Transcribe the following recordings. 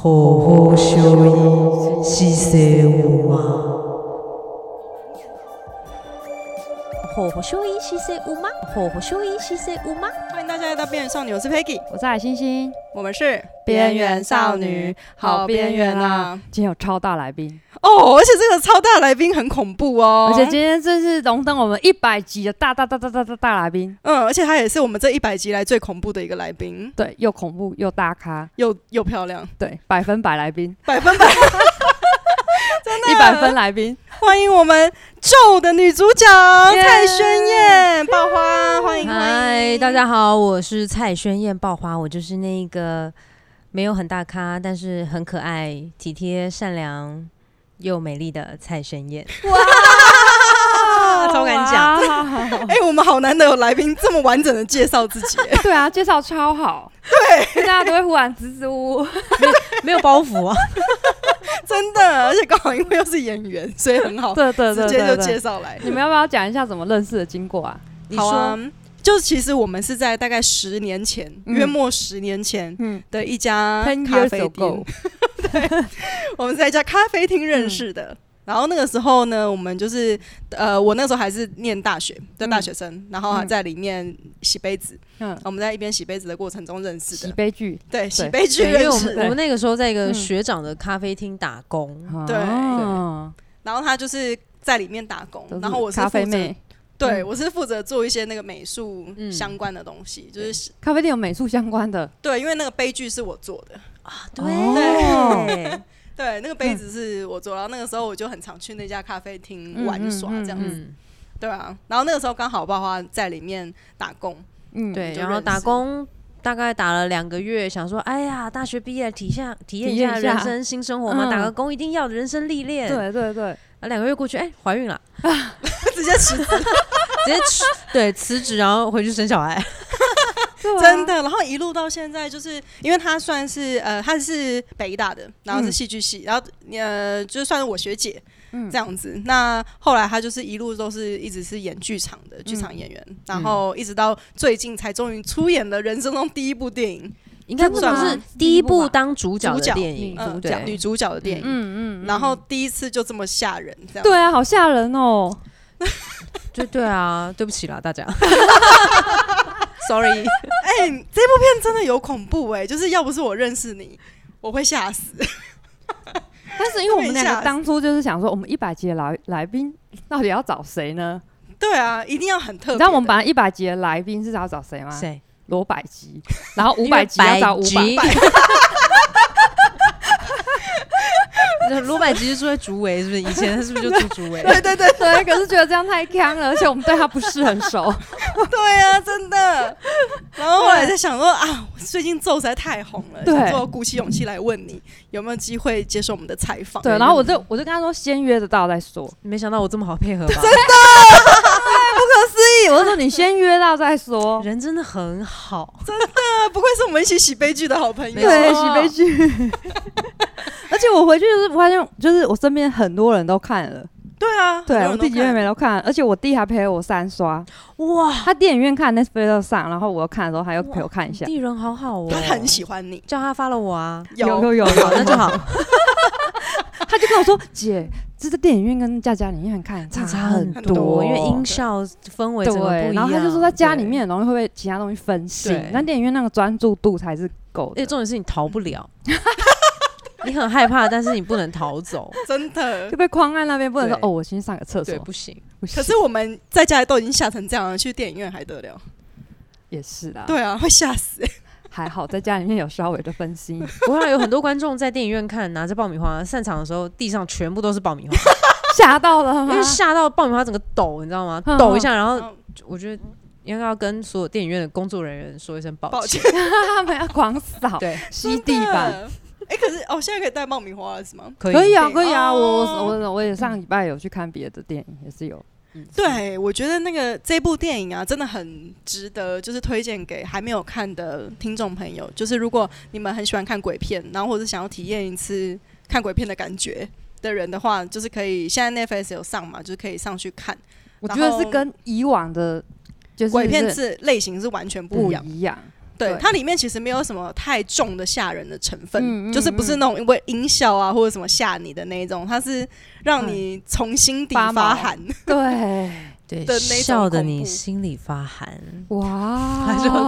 好好相依是世有吗？ 好好相依是世有吗？好好相依是世有吗？ 欢迎大家来到边缘少女，我是 Peggy， 我是海星星， 我们是边缘少女，好边缘啊！今天有超大来宾哦，而且这个超大来宾很恐怖哦， 而且今天正是荣登我们100集的大来宾。 而且他也是我们这100集来最恐怖的一个来宾， 对，又恐怖又大咖又漂亮， 对，100%来宾 100%真的 100分来宾， 欢迎我们咒的女主角蔡宣燕爆花，欢迎嗨，大家好，我是蔡宣燕爆花，我就是那个没有很大咖，但是很可爱、体贴、善良又美丽的蔡宣燕。哇，超敢讲！ 我们好难得有来宾这么完整的介绍自己。 对啊，介绍超好，对，大家都会忽然支支吾吾， 没有包袱啊。 真的，而且刚好因为又是演员，所以很好， 对， 直接就介绍来。 你们要不要讲一下怎么认识的经过啊？ 好啊，就其实我们是在大概10年前，约莫10年前的一家咖啡店，对，我们在一家咖啡厅认识的。然后那个时候呢，我们就是我那时候还是念大学的大学生，然后还在里面洗杯子。我们在一边洗杯子的过程中认识的。 洗杯具， 对，洗杯具认识的。 因为我们那个时候在一个学长的咖啡厅打工， 对。然后他就是在里面打工，然后我是咖啡妹。 对，我是负责做一些那个美术相关的东西，就是咖啡店有美术相关的。 对，因为那个杯具是我做的啊，对。 对，那个杯子是我做，然后那个时候我就很常去那家咖啡厅玩耍这样子，对啊。然后那个时候刚好爆花在里面打工， 对，然后打工大概打了2个月，想说，哎呀，大学毕业体验一下人生新生活嘛，打个工一定要的人生历练。 对对对。 2个月过去，怀孕了， 直接辞职， 辞职，然后回去生小孩。 真的，然后一路到现在，就是因为他算是他是北大的，然后是戏剧系，然后就算是我学姐这样子。那后来他就是一路都是一直是演剧场的剧场演员，然后一直到最近才终于出演了人生中第一部电影， 应该不是第一部当主角的电影， 女主角的电影，然后第一次就这么吓人，这样。 对啊，好吓人哦。 对啊，对不起啦，大家。Sorry， 这部片真的有恐怖就是要不是我认识你，我会吓死。 但是因为我们两个当初就是想说，我们100集的来宾到底要找谁呢？ 对啊，一定要很特别。 你知道我们本来100集的来宾是要找谁吗？ 谁？ 罗百吉，然后500集要找500。 罗百吉是住在竹围，是不是？以前他是不是就住竹围？ 对，可是觉得这样太坑了，而且我们对他不是很熟。 对啊，真的。然后后来在想说啊，最近咒实在太红了，想说鼓起勇气来问你有没有机会接受我们的采访。 对，然后我就跟他说先约得到再说。 没想到我这么好配合吧？ 真的， 对，不可思议。我就说你先约到再说， 人真的很好， 真的不愧是我们一起洗杯具的好朋友。 对，洗杯具。而且我回去就是发现，就是我身边很多人都看了。对，我弟弟妹妹都看了，而且我弟还陪我3刷。哇！他电影院看 Netflix 上，然后我看的时候，他又陪我看一下。 弟人好好哦， 他很喜欢你， 叫他follow我啊。 有， 那就好。 他就跟我说：“姐，这个电影院跟在家里面看差很多， 因为音效氛围整个不一样。 然后他就说，在家里面容易会被其他东西分心，但电影院那个专注度才是够的。 而且重点是你逃不了。”你很害怕，但是你不能逃走， 真的就被框在那边，不能说我先上个厕所， 对，不行。 可是我们在家里都已经吓成这样了，去电影院还得了？ 也是啦， 对啊，会吓死。 还好在家里面有稍微的分心。 我看有很多观众在电影院看，拿着爆米花，散场的时候地上全部都是爆米花， 吓到了吗？ 因为吓到爆米花整个抖，你知道吗？抖一下，然后我觉得应该要跟所有电影院的工作人员说一声抱歉， 他们要狂扫， 对， 吸地板。 可是现在可以带爆米花了是吗？ 可以啊，我也上礼拜有去看别的电影，也是有。 对，我觉得这部电影啊，真的很值得，就是推荐给还没有看的听众朋友。就是如果你们很喜欢看鬼片，然后或者想要体验一次看鬼片的感觉的人的话，就是可以现在 Netflix 有上嘛，就是可以上去看。 我觉得是跟以往的，就是鬼片是类型是完全不一样。 对，它里面其实没有什么太重的吓人的成分，就是不是那种因为音效啊或者什么吓你的那一种，它是让你从心底发寒， 对对的那种笑得你心里发寒。 哇！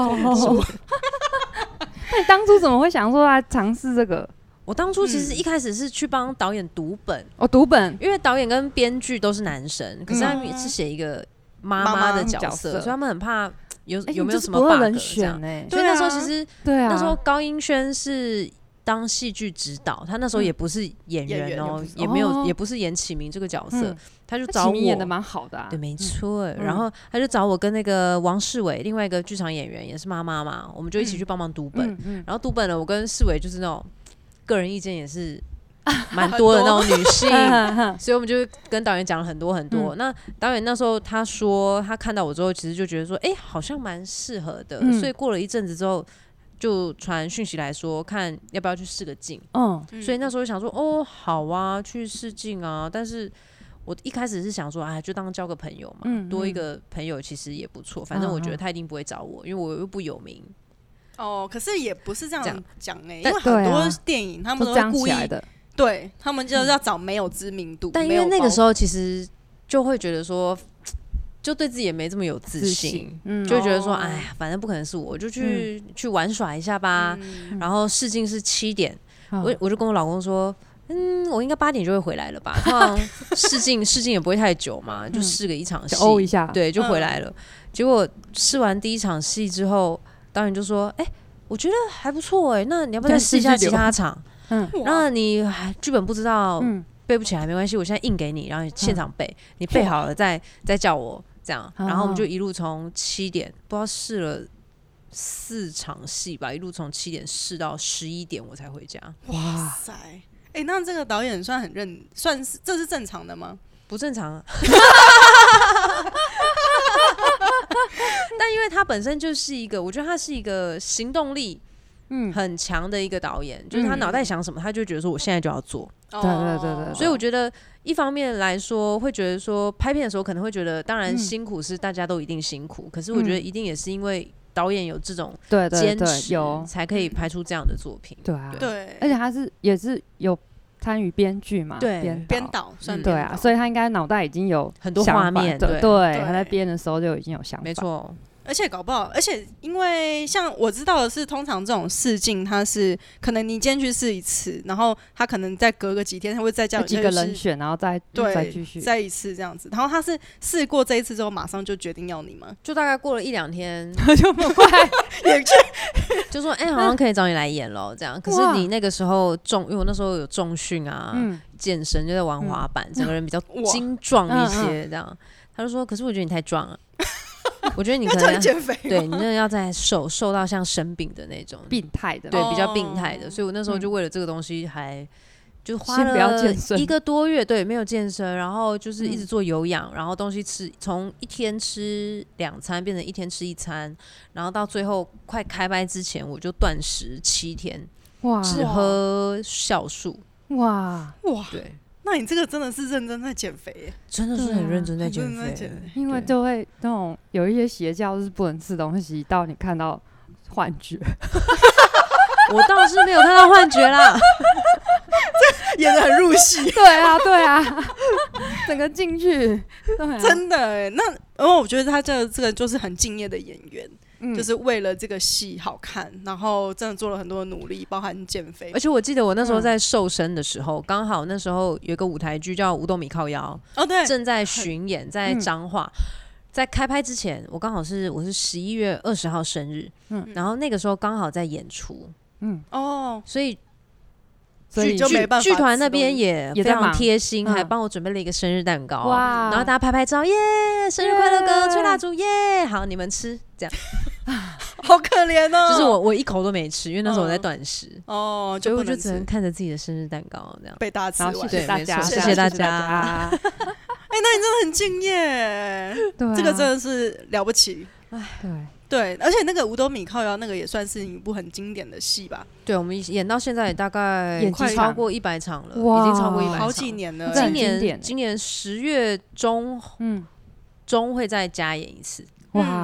那你当初怎么会想说来尝试这个？ 我当初其实一开始是去帮导演读本， 读本， 因为导演跟编剧都是男生，可是他们是写一个妈妈的角色，所以他们很怕有没有什么 bug 人选所以那时候其实那时候高英轩是当戏剧指导，他那时候也不是演员哦，也没有也不是演启明这个角色，他就找我， 演的蛮好的， 对，没错。然后他就找我跟那个王世伟，另外一个剧场演员也是妈妈嘛，我们就一起去帮忙读本。然后读本了，我跟世伟就是那种个人意见也是蛮多的那种女性，所以我们就跟导演讲了很多很多。那导演那时候他说他看到我之后，其实就觉得说，好像蛮适合的，所以过了一阵子之后。就传讯息来说，看要不要去试个镜。所以那时候就想说，好啊，去试镜啊。但是我一开始是想说，就当交个朋友嘛，多一个朋友其实也不错。反正我觉得他一定不会找我，因为我又不有名。 可是也不是这样讲因为很多电影他们都会故意的，对他们就是要找没有知名度。 但因为那个时候其实就会觉得说。就对自己也没这么有自信，就觉得说，哎呀，反正不可能是我，就去玩耍一下吧。然后试镜是7点，我就跟我老公说，我应该8点就会回来了吧。通常试镜也不会太久嘛，就试个一场戏， 欧一下， 对，就回来了。结果试完第一场戏之后，导演就说，我觉得还不错那你要不要再试一下其他场？那你剧本不知道，背不起来没关系，我现在印给你，然后现场背，你背好了再叫我。这样，然后我们就一路从7点，不知道试了4场戏吧，一路从7点试到11点，我才回家。 哇塞！那这个导演算是这是正常的吗？ 不正常啊！但因为他本身就是一个，我觉得他是一个行动力很强的一个导演，就是他脑袋想什么，他就觉得说我现在就要做。 对， 所以我觉得一方面来说，会觉得说拍片的时候可能会觉得，当然辛苦是大家都一定辛苦，可是我觉得一定也是因为导演有这种坚持，才可以拍出这样的作品。 对啊，对，而且他也是有参与编剧嘛， 对， 编导算对啊，所以他应该脑袋已经有很多画面， 对，他在编的时候就已经有想法， 没错。 而且搞不好，而且因为像我知道的是，通常这种试镜，它是可能你今天去试一次，然后他可能再隔个几天，他会再叫你几个人选，然后再继续再一次这样子。然后他是试过这一次之后，马上就决定要你吗？ 就大概过了1-2天， 就不快也就说好像可以找你来演咯这样。可是你那个时候因为我那时候有重训啊，健身就在玩滑板，整个人比较精壮一些，这样。他就说，可是我觉得你太壮了。我觉得你可能减肥， 对你真的要再瘦到像生病的那种病态的， 对，比较病态的。所以我那时候就为了这个东西，还就花了1个多月，对，没有健身，然后就是一直做有氧，然后东西吃，从1天吃2餐变成1天吃1餐，然后到最后快开拍之前，我就断食7天，只喝酵素，对。 那你这个真的是认真在减肥耶， 真的是很认真在减肥， 因为就会那种有一些邪教是不能吃东西，到你看到幻觉。 我倒是没有看到幻觉啦， 演得很入戏。 对啊，整个进去， 真的耶。那我觉得他这个就是很敬业的演员。就是为了这个戏好看，然后真的做了很多的努力，包含减肥。 而且我记得我那时候在瘦身的时候，刚好那时候有一个舞台剧叫《五斗米靠腰》， 对， 正在巡演，在彰化。在开拍之前，我是11月20号生日，然后那个时候刚好在演出，所以就没办法， 剧团那边也非常贴心，还帮我准备了一个生日蛋糕，然后大家拍照，耶，生日快乐歌，吹蜡烛，耶，好，你们吃，这样。 好可怜哦！ 就是我一口都没吃，因为那时候我在断食所以我就只能看着自己的生日蛋糕这样被大家吃完。 谢谢大家， 谢谢大家。 那你真的很敬业，这个真的是了不起。对，而且那个五斗米靠腰那个也算是一部很经典的戏吧？ 对，我们演到现在大概快超过100场了，已经超过100场， 好几年了。 今年10月中会再加演一次。 哇！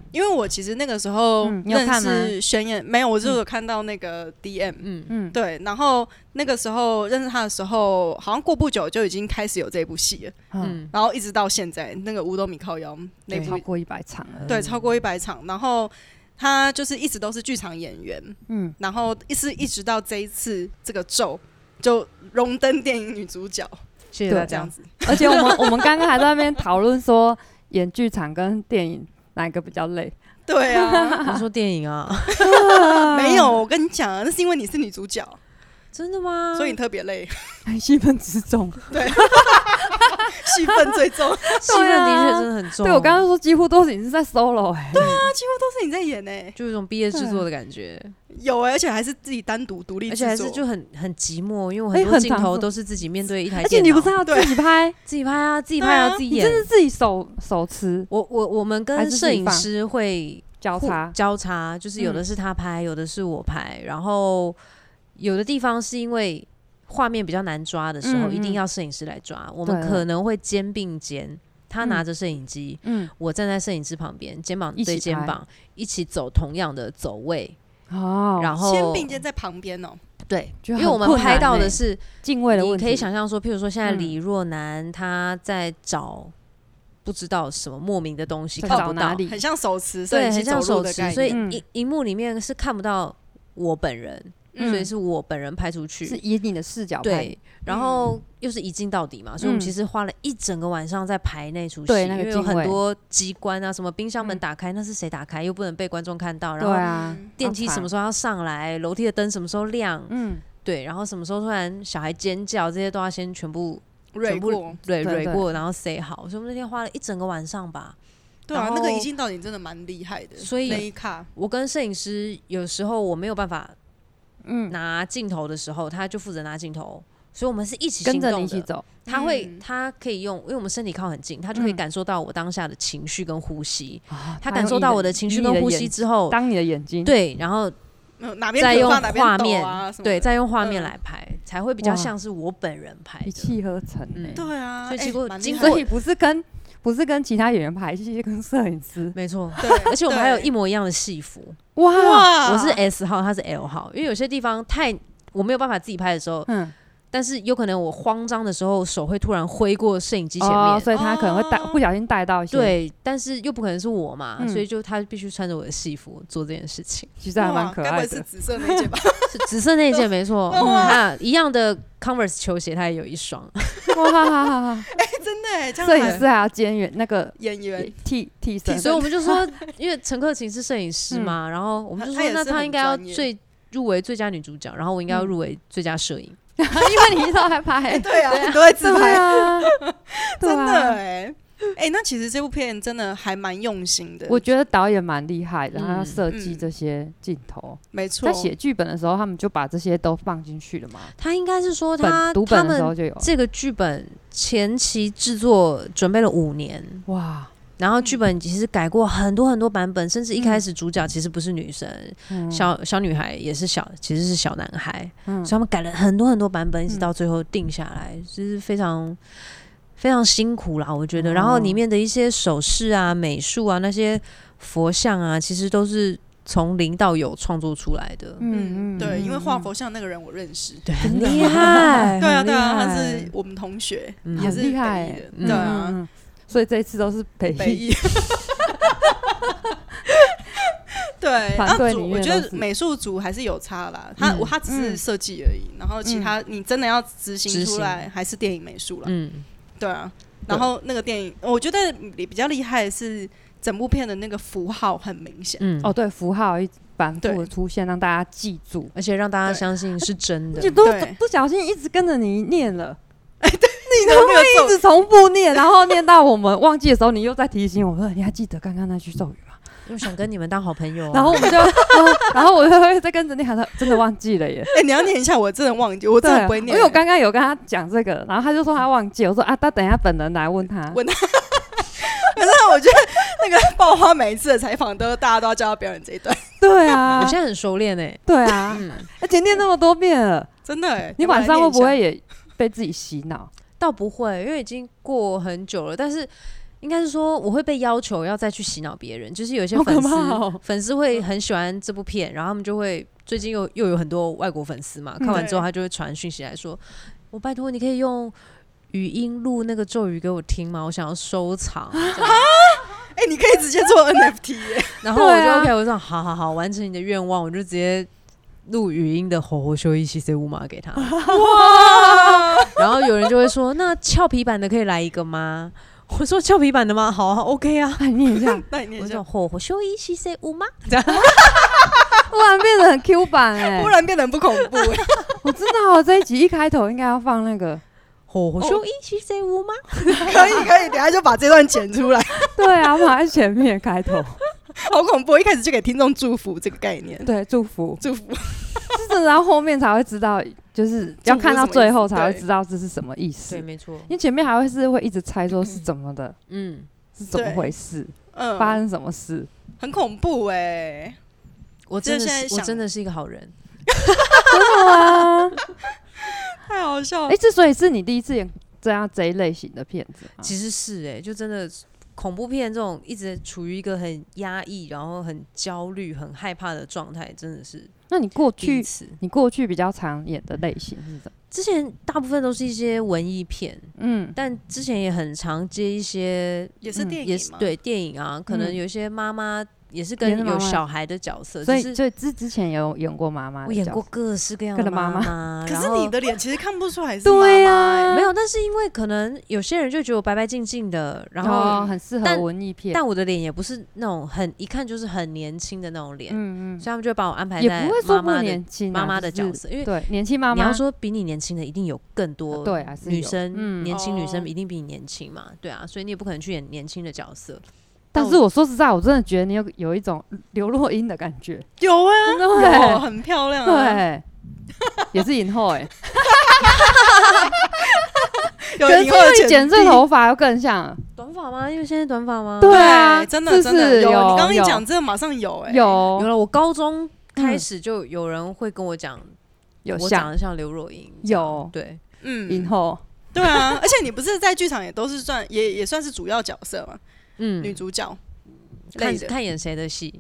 因为我其实那个时候认识宣彦，没有，我就有看到那个 DM，对，然后那个时候认识他的时候，好像过不久就已经开始有这部戏了，然后一直到现在，那个五斗米靠腰那部超过100场了， 对，超过100场，然后他就是一直都是剧场演员，然后一直到这一次这个咒就荣登电影女主角， 谢谢大家这样子。 而且我们刚刚还在那边讨论说，演剧场跟电影哪一个比较累？ 对啊， 你说电影啊？ 没有，我跟你讲，那是因为你是女主角。 真的吗？ 所以你特别累， 戏份之重， 对，戏份最重， 戏份的确真的很重。 对，我刚刚说几乎都是你是在 solo 对啊，几乎都是你在演就有一种毕业制作的感觉。 有而且还是自己单独独立制作， 而且还是就很寂寞，因为我很多镜头都是自己面对一台电脑， 而且你不是要自己拍， 自己拍啊，自己拍啊，自己演， 你真是自己手持。 我们跟摄影师会交叉， 就是有的是他拍，有的是我拍，然后有的地方是因为画面比较难抓的时候，一定要摄影师来抓，我们可能会肩并肩。他拿着摄影机，我站在摄影师旁边，肩膀对肩膀，一起走同样的走位。然后肩并肩在旁边哦。 对，因为我们拍到的是敬畏的问题。 你可以想象说，譬如说现在李若男他在找不知道什么莫名的东西，看不到， 很像手持， 对，很像手持，所以荧幕里面是看不到我本人。所以是我本人拍出去， 是以你的视角拍， 对，然后又是一镜到底嘛，所以我们其实花了一整个晚上在排那出戏，因为有很多机关啊，什么冰箱门打开，那是谁打开，又不能被观众看到，然后电梯什么时候要上来，楼梯的灯什么时候亮，对，然后什么时候突然小孩尖叫，这些都要先全部蕊过，然后 say 好，所以我们那天花了一整个晚上吧。 对啊，那个一镜到底真的蛮厉害的， 所以那一卡， 我跟摄影师有时候我没有办法。拿镜头的时候，他就负责拿镜头，所以我们是一起行动的。 跟着你一起走。 他可以用，因为我们身体靠很近，他就可以感受到我当下的情绪跟呼吸。他感受到我的情绪跟呼吸之后， 当你的眼睛， 对，然后再用画面，对，再用画面来拍，才会比较像是我本人拍的， 一气呵成。 对啊， 所以不是跟其他演员拍戏，是跟摄影师。 没错，对，而且我们还有一模一样的戏服。 哇， 我是 S 号，他是 L 号，因为有些地方我没有办法自己拍的时候，但是有可能我慌张的时候，手会突然挥过摄影机前面， 所以他可能会不小心带到一些。 对，但是又不可能是我嘛，所以就他必须穿着我的戏服做这件事情。 其实还蛮可爱的。 该不会是紫色那件吧？ 是紫色那件没错。一样的 Converse 球鞋，他也有一双。 哇，真的， 摄影师还要兼那个演员替身， 所以我们就说，因为陈克勤是摄影师嘛，然后我们就说，那他应该要入围最佳女主角，然后我应该要入围最佳摄影。 因为你一直都在拍， 对啊，你都在自拍啊， 真的那其实这部片真的还蛮用心的。 我觉得导演蛮厉害的，他要设计这些镜头， 没错。 在写剧本的时候，他们就把这些都放进去了嘛。 他应该是说读本的时候就有这个剧本前期制作准备了5年，哇！然后剧本其实改过很多很多版本，甚至一开始主角其实不是女生，小女孩也是其实是小男孩，所以他们改了很多很多版本，一直到最后定下来，就是非常非常辛苦啦，我觉得。然后里面的一些手势啊、美术啊、那些佛像啊，其实都是从零到有创作出来的。 对，因为画佛像那个人我认识， 对，很厉害。 对啊，他是我们同学，也是厉害的，对啊。 所以这一次都是北艺， 对，我觉得美术组还是有差啦，他只是设计而已，然后其他你真的要执行出来还是电影美术啦，对啊。然后那个电影，我觉得比较厉害的是整部片的那个符号很明显， 对，符号一反复的出现，让大家记住， 而且让大家相信是真的， 就都不小心一直跟着你念了。你都会一直重复念，然后念到我们忘记的时候，你又再提醒我说：“你还记得刚刚那句咒语吗？” 我想跟你们当好朋友， 然后我们就，然后我就会再跟着念，他真的忘记了耶。 你要念一下，我真的忘记，我真的不会念。 因为我刚刚有跟他讲这个，然后他就说他忘记，我说他等一下本人来问他。可是我觉得那个爆花每一次的采访大家都要叫他表演这一段。 对啊， 我现在很熟练对啊，而且念那么多遍了， 真的你晚上会不会也被自己洗脑？ 倒不会，因为已经过很久了。但是应该是说我会被要求要再去洗脑别人，就是有一些粉丝会很喜欢这部片，然后他们就会最近又有很多外国粉丝嘛，看完之后他就会传讯息来说，我拜托你可以用语音录那个咒语给我听吗？我想要收藏。 你可以直接做 NFT 耶。 然后我就 OK， 我说好，完成你的愿望，我就直接录语音的吼吼修一西塞乌马给他。哇！然后有人就会说，那俏皮版的可以来一个吗？我说俏皮版的吗？好啊 ，OK 啊。 那你念一下， 我说吼吼修一西塞乌马，这样。 突然变得很 Q 版忽然变得很不恐怖我知道这一集一开头应该要放那个。 吼吼修一西塞乌马， 可以，等一下就把这段剪出来。 对啊，放在前面开头。 好恐怖！一开始就给听众祝福这个概念。 对，祝福， 是真的，然后后面才会知道，就是要看到最后才会知道这是什么意思。 对，没错。 因为前面还会一直猜说是怎么的，是怎么回事，发生什么事， 很恐怖我真的是一个好人。 真的啊， 太好笑了。 之所以是你第一次演这一类型的片子， 其实是就真的。恐怖片这种一直处于一个很压抑，然后很焦虑、很害怕的状态，真的是。 那你过去比较常演的类型是什么？ 之前大部分都是一些文艺片，但之前也很常接一些， 也是电影嘛， 对电影啊，可能有一些妈妈。也是跟有小孩的角色， 所以之前有演过妈妈， 我演过各式各样的妈妈。 可是你的脸其实看不出来是妈妈。对啊， 没有，但是因为可能有些人就觉得我白白净净的，然后很适合文艺片， 但我的脸也不是那种一看就是很年轻的那种脸，所以他们就会把我安排在妈妈的角色，因为对年轻妈妈， 你要说比你年轻的一定有更多， 对啊， 女生年轻女生一定比你年轻嘛，对啊，所以你也不可能去演年轻的角色。 但是我说实在，我真的觉得你有一种刘若英的感觉， 有啊，很漂亮啊， 对，也是影后有影后的剪这头发又更像短发吗？因为现在短发吗？ 对啊， 真的有。你刚刚一讲，真的马上有有了。我高中开始就有人会跟我讲，我长得像刘若英，对， 影后， 对啊，而且你不是在剧场也都是也算是主要角色嘛。女主角看演谁的戏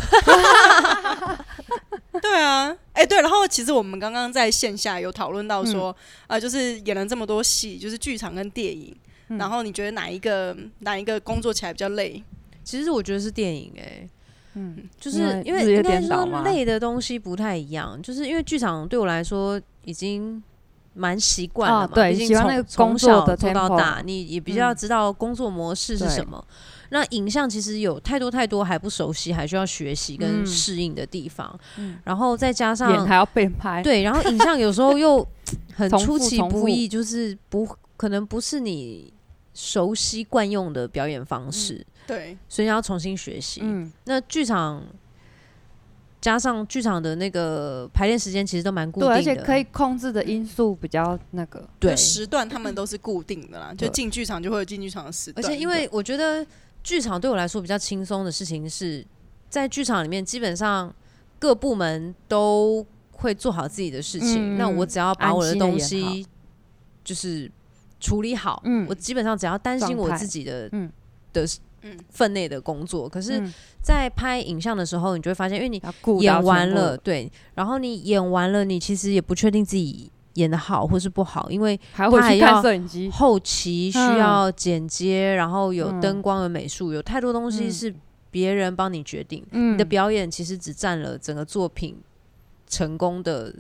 对啊，对，然后其实我们刚刚在线下有讨论到说，就是演了这么多戏，就是剧场跟电影，然后你觉得哪一个工作起来比较累？ 其实我觉得是电影就是因为应该说累的东西不太一样，就是因为剧场对我来说已经蛮习惯了嘛， 对， 毕竟从小做到大，你也比较知道工作模式是什么。那影像其实有太多还不熟悉，还需要学习跟适应的地方，然后再加上演还要被拍， 对，然后影像有时候又很出其不意，就是可能不是你熟悉惯用的表演方式， 对， 所以你要重新学习。那剧场加上剧场的那个排练时间其实都蛮固定的， 对，而且可以控制的因素比较那个， 对，时段他们都是固定的啦，就进剧场就会有进剧场的时段。 而且因为我觉得剧场对我来说比较轻松的事情是，在剧场里面基本上各部门都会做好自己的事情，那我只要把我的东西就是处理好，我基本上只要担心我自己的分内的工作。可是在拍影像的时候，你就会发现，因为你演完了，对，然后你演完了，你其实也不确定自己演得好或是不好，因为他还要后期需要剪接，然后有灯光、有美术，有太多东西是别人帮你决定。你的表演其实只占了整个作品成功的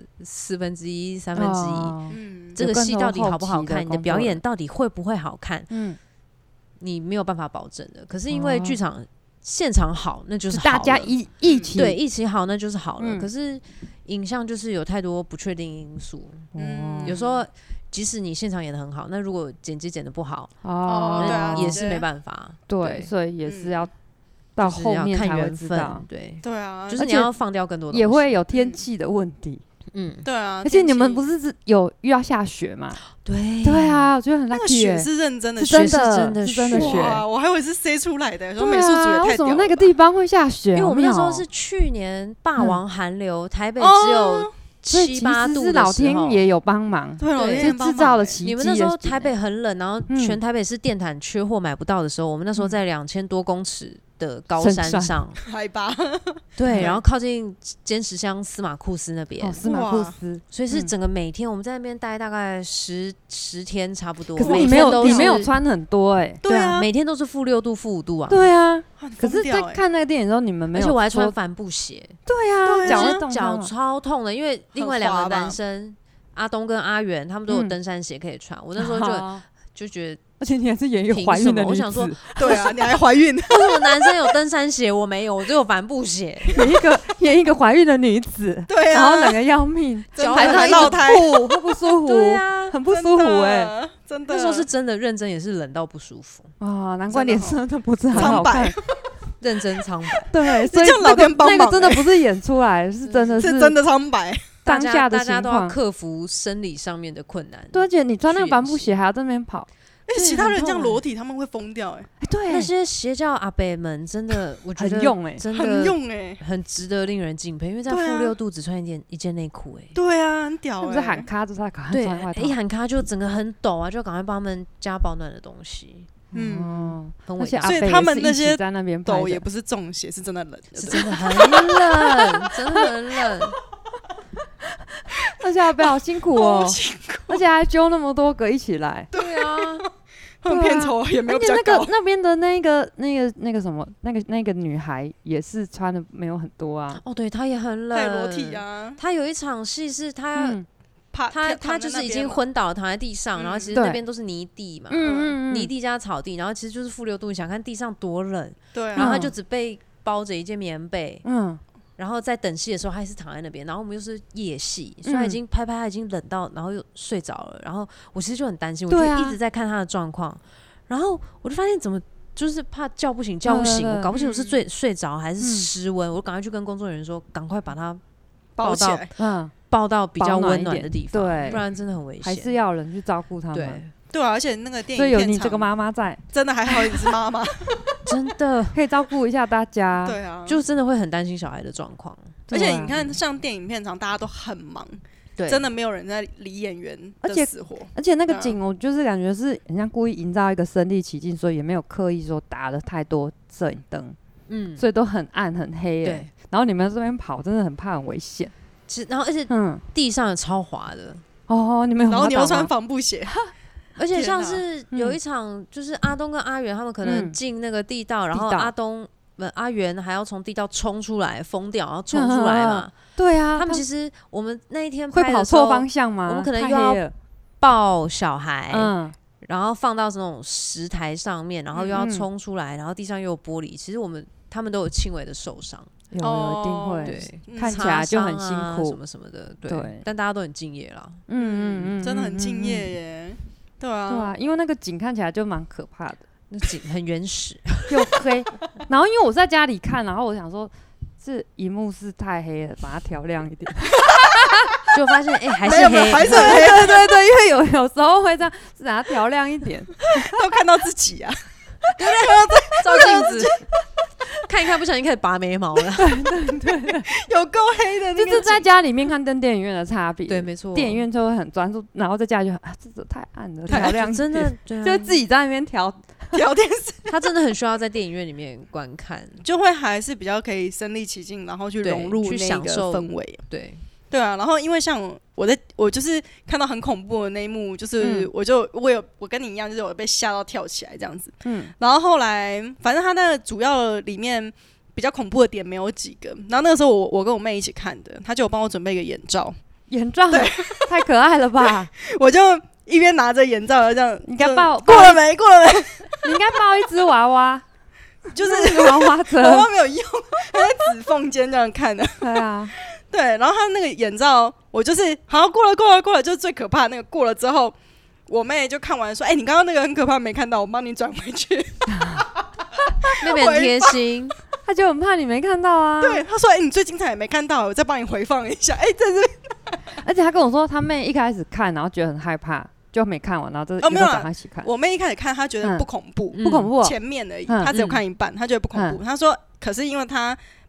1/4、1/3。这个戏到底好不好看？你的表演到底会不会好看？你没有办法保证的。可是因为剧场现场好，那就是好了， 大家一起好，那就是好了。可是影像就是有太多不确定因素，有时候即使你现场演得很好，那如果剪辑剪得不好，也是没办法。 对，所以也是要到后面才会知道。 对啊， 就是你要放掉更多东西， 也会有天气的问题。 对啊， 而且你们不是有遇到下雪吗？ 对啊，我觉得很 lucky， 那个雪是认真的雪， 是真的雪， 我还以为是塞出来的，说美术组也太屌了， 为什么那个地方会下雪？ 因为我们那时候是去年霸王寒流，台北只有 7、8度的时候， 老天爷有帮忙， 对，老天爷制造了奇迹。 你们那时候台北很冷，然后全台北市电毯缺货买不到的时候，我们那时候在2000多公尺的高山上， 海拔对，然后靠近尖石乡司马库斯那边， 司马库斯， 所以是整个每天我们在那边待大概10天差不多。 可是你没有穿很多对啊，每天都是-6度、-5度啊。 对啊，可是在看那个电影的时候，你们没有， 而且我还穿帆布鞋。 对啊， 脚超痛的，因为另外2个男生阿东跟阿元他们都有登山鞋可以穿，我那时候就觉得。 而且你还是演一个怀孕的女子， 我想说， 对啊，你还怀孕？为什么男生有登山鞋，我没有，我只有帆布鞋。 演一个怀孕的女子， 对啊， 然后冷个要命， 脚还在落胎， 很不舒服， 对啊， 很不舒服真的。 那时候是真的认真，也是冷到不舒服啊，难怪脸色都不是很好看， 认真苍白。 对，所以老天帮忙， 那个真的不是演出来，是真的苍白。 当下的大家都要克服生理上面的困难。 对，而且你穿那个帆布鞋还要在那边跑。 其他人这样裸体，他们会疯掉对， 那些邪教阿伯们真的，我觉得很用真的很用很值得令人敬佩。因为在-6度只穿一件内裤对啊，很屌不是喊卡就是他赶快穿外套， 一喊卡就整个很抖啊，就赶快帮他们加保暖的东西。很伟大。 所以他们那些在那边抖也不是中邪，是真的冷， 是真的很冷，真的很冷。 而且阿伯好辛苦哦，而且还揪那么多个一起来。 对啊。 他们片酬也没有比较高。 那边的那个什么，那个女孩也是穿的没有很多啊。 哦，对，她也很冷， 太裸体啊。 她有一场戏是她就是已经昏倒了，躺在地上，然后其实那边都是泥地嘛，泥地加草地，然后其实就是-6度，你想看地上多冷， 对， 然后她就只被包着一件棉被，然后在等戏的时候，他还是躺在那边。然后我们又是夜戏，所以他已经他已经冷到，然后又睡着了。然后我其实就很担心，我就一直在看他的状况。然后我就发现怎么就是怕叫不醒，我搞不清楚是睡着还是失温。我赶快去跟工作人员说，赶快把他抱到比较温暖的地方，不然真的很危险。 还是要有人去照顾他们。 对啊，而且那个电影所以有你这个妈妈在， 真的还好你是妈妈， 真的可以照顾一下大家。 对啊， 就真的会很担心小孩的状况。 而且你看，像电影片场，大家都很忙，真的没有人在理演员的死活。 而且那个景，我就是感觉是很像故意营造一个身临其境，所以也没有刻意说打了太多摄影灯，所以都很暗很黑。对，然后你们这边跑，真的很怕很危险。 然后而且地上有超滑的哦，你们有滑倒吗？ 然后你又穿帆布鞋。 而且像是有一场，就是阿东跟阿元他们可能进那个地道，然后阿元还要从地道冲出来，疯掉，然后冲出来嘛。 对啊， 他们其实我们那一天拍会跑错方向吗？ 我们可能又要抱小孩，然后放到这种石台上面，然后又要冲出来，然后地上又有玻璃。其实他们都有轻微的受伤， 有一定会，对，看起来就很辛苦， 什么什么的，对。但大家都很敬业啦， 真的很敬业耶。对啊， 因为那个景看起来就蛮可怕的， 那景很原始又黑。然后因为我在家里看，然后我想说，这荧幕是太黑了，把它调亮一点。 就发现还是黑， 还是黑。 对，因为有时候会这样，是把它调亮一点， 都看到自己啊， 对不对？照镜子。看一看，不小心开始拔眉毛了。 对，有够黑的。 就是在家里面看跟电影院的差别。 对，没错。 电影院就会很专注，然后在家就这太暗了，调亮真的， 就自己在那边调电视。 他真的很需要在电影院里面观看， 就会还是比较可以身临其境，然后去融入那个氛围。对啊，然后因为像我就是看到很恐怖的那一幕，就是我跟你一样，就是我被吓到跳起来这样子。然后后来反正他那个主要里面比较恐怖的点没有几个，然后那个时候我跟我妹一起看的，她就有帮我准备一个眼罩， 对，太可爱了吧！ 我就一边拿着眼罩这样， 你该抱过了没？ 你应该抱一只娃娃。 就是那个娃娃车， 娃娃没有用，还在指缝间这样看的。 对啊。 对，然后他那个眼罩，我就是好过了，就是最可怕的那个过了之后，我妹就看完说：“你刚刚那个很可怕，没看到，我帮你转回去。” 妹妹很贴心， 她就很怕你没看到啊。 对，她说：“你最精彩也没看到，我再帮你回放一下。”在这边， 而且她跟我说，她妹一开始看，然后觉得很害怕。就没看完，然后就没有找他一起看。 我妹一开始看，她觉得不恐怖， 不恐怖， 前面而已，她只有看一半，她觉得不恐怖。她说，可是因为她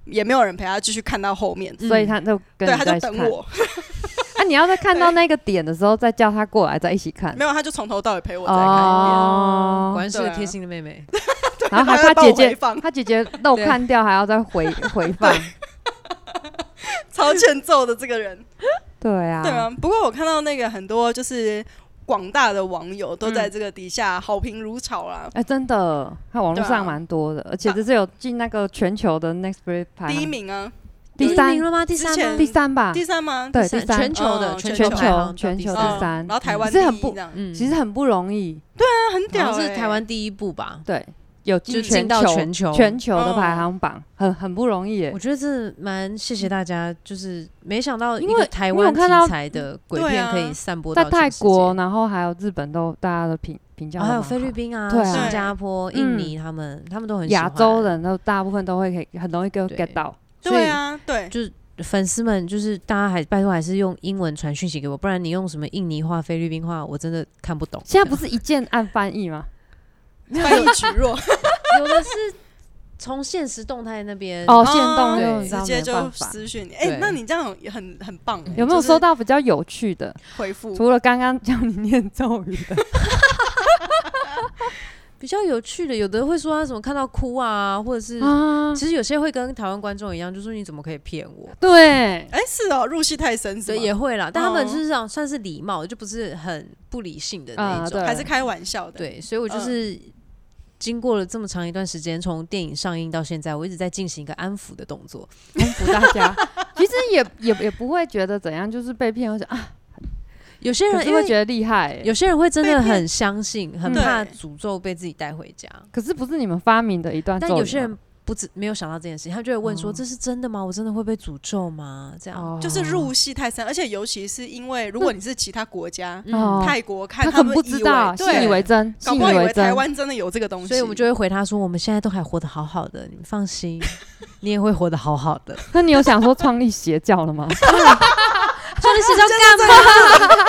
也没有人陪他继续看到后面， 所以他就跟对，他就等我。 啊，你要在看到那个点的时候，再叫他过来，再一起看。 没有，他就从头到尾陪我再看一遍。 果然是个贴心的妹妹。 然后还怕姐姐漏看掉，还要再回放。 超欠揍的这个人。 对啊， 对啊。不过我看到那个很多就是广大的网友都在这个底下好评如潮啦。 真的，看网络上蛮多的，而且这是有进那个全球的 Netflix 排第1名啊。 第1名了吗？第3吗？ 第3吧？ 第3吗？ 对，第3， 全球的全球第3， 然后台湾第1， 其实很不容易。 对啊，很屌， 是台湾第1部吧？ 对，有进到全球的排行榜，很不容易耶。 我觉得这蛮谢谢大家，就是没想到一个台湾题材的鬼片可以散播到在泰国，然后还有日本都大家的评价， 还有菲律宾啊、新加坡、印尼，他们都很喜欢。 亚洲人都大部分都会很容易 get 到。 对啊，对， 就是粉丝们，就是大家拜托还是用英文传讯息给我，不然你用什么印尼话、菲律宾话，我真的看不懂。 现在不是一键按翻译吗？ 翻译举弱， 有的是从现实动态那边限动对，直接就私讯你。那你这样也很棒。 有没有收到比较有趣的回复？ 除了刚刚教你念咒语的。 比较有趣的，有的会说他什么看到哭啊，或者是其实有些会跟台湾观众一样，就说你怎么可以骗我？ 对， 是哦，入戏太深， 对，也会啦。但他们就是这样，算是礼貌，就不是很不理性的那一种， 还是开玩笑的。 对，所以我就是经过了这么长一段时间，从电影上映到现在，我一直在进行一个安抚的动作， 安抚大家。其实也不会觉得怎样，就是被骗，或者有些人会觉得厉害， 有些人会真的很相信，很怕诅咒被自己带回家。 可是不是你们发明的一段咒语， 但有些人没有想到这件事情，他就会问说：“这是真的吗？我真的会被诅咒吗？”这样就是入戏太深，而且尤其是因为如果你是其他国家，泰国看他们不知道，信以为真， 搞不好以为台湾真的有这个东西， 所以我们就会回他说：“我们现在都还活得好好的，你们放心，你也会活得好好的。” 那你有想说创立邪教了吗？ 创立邪教干嘛？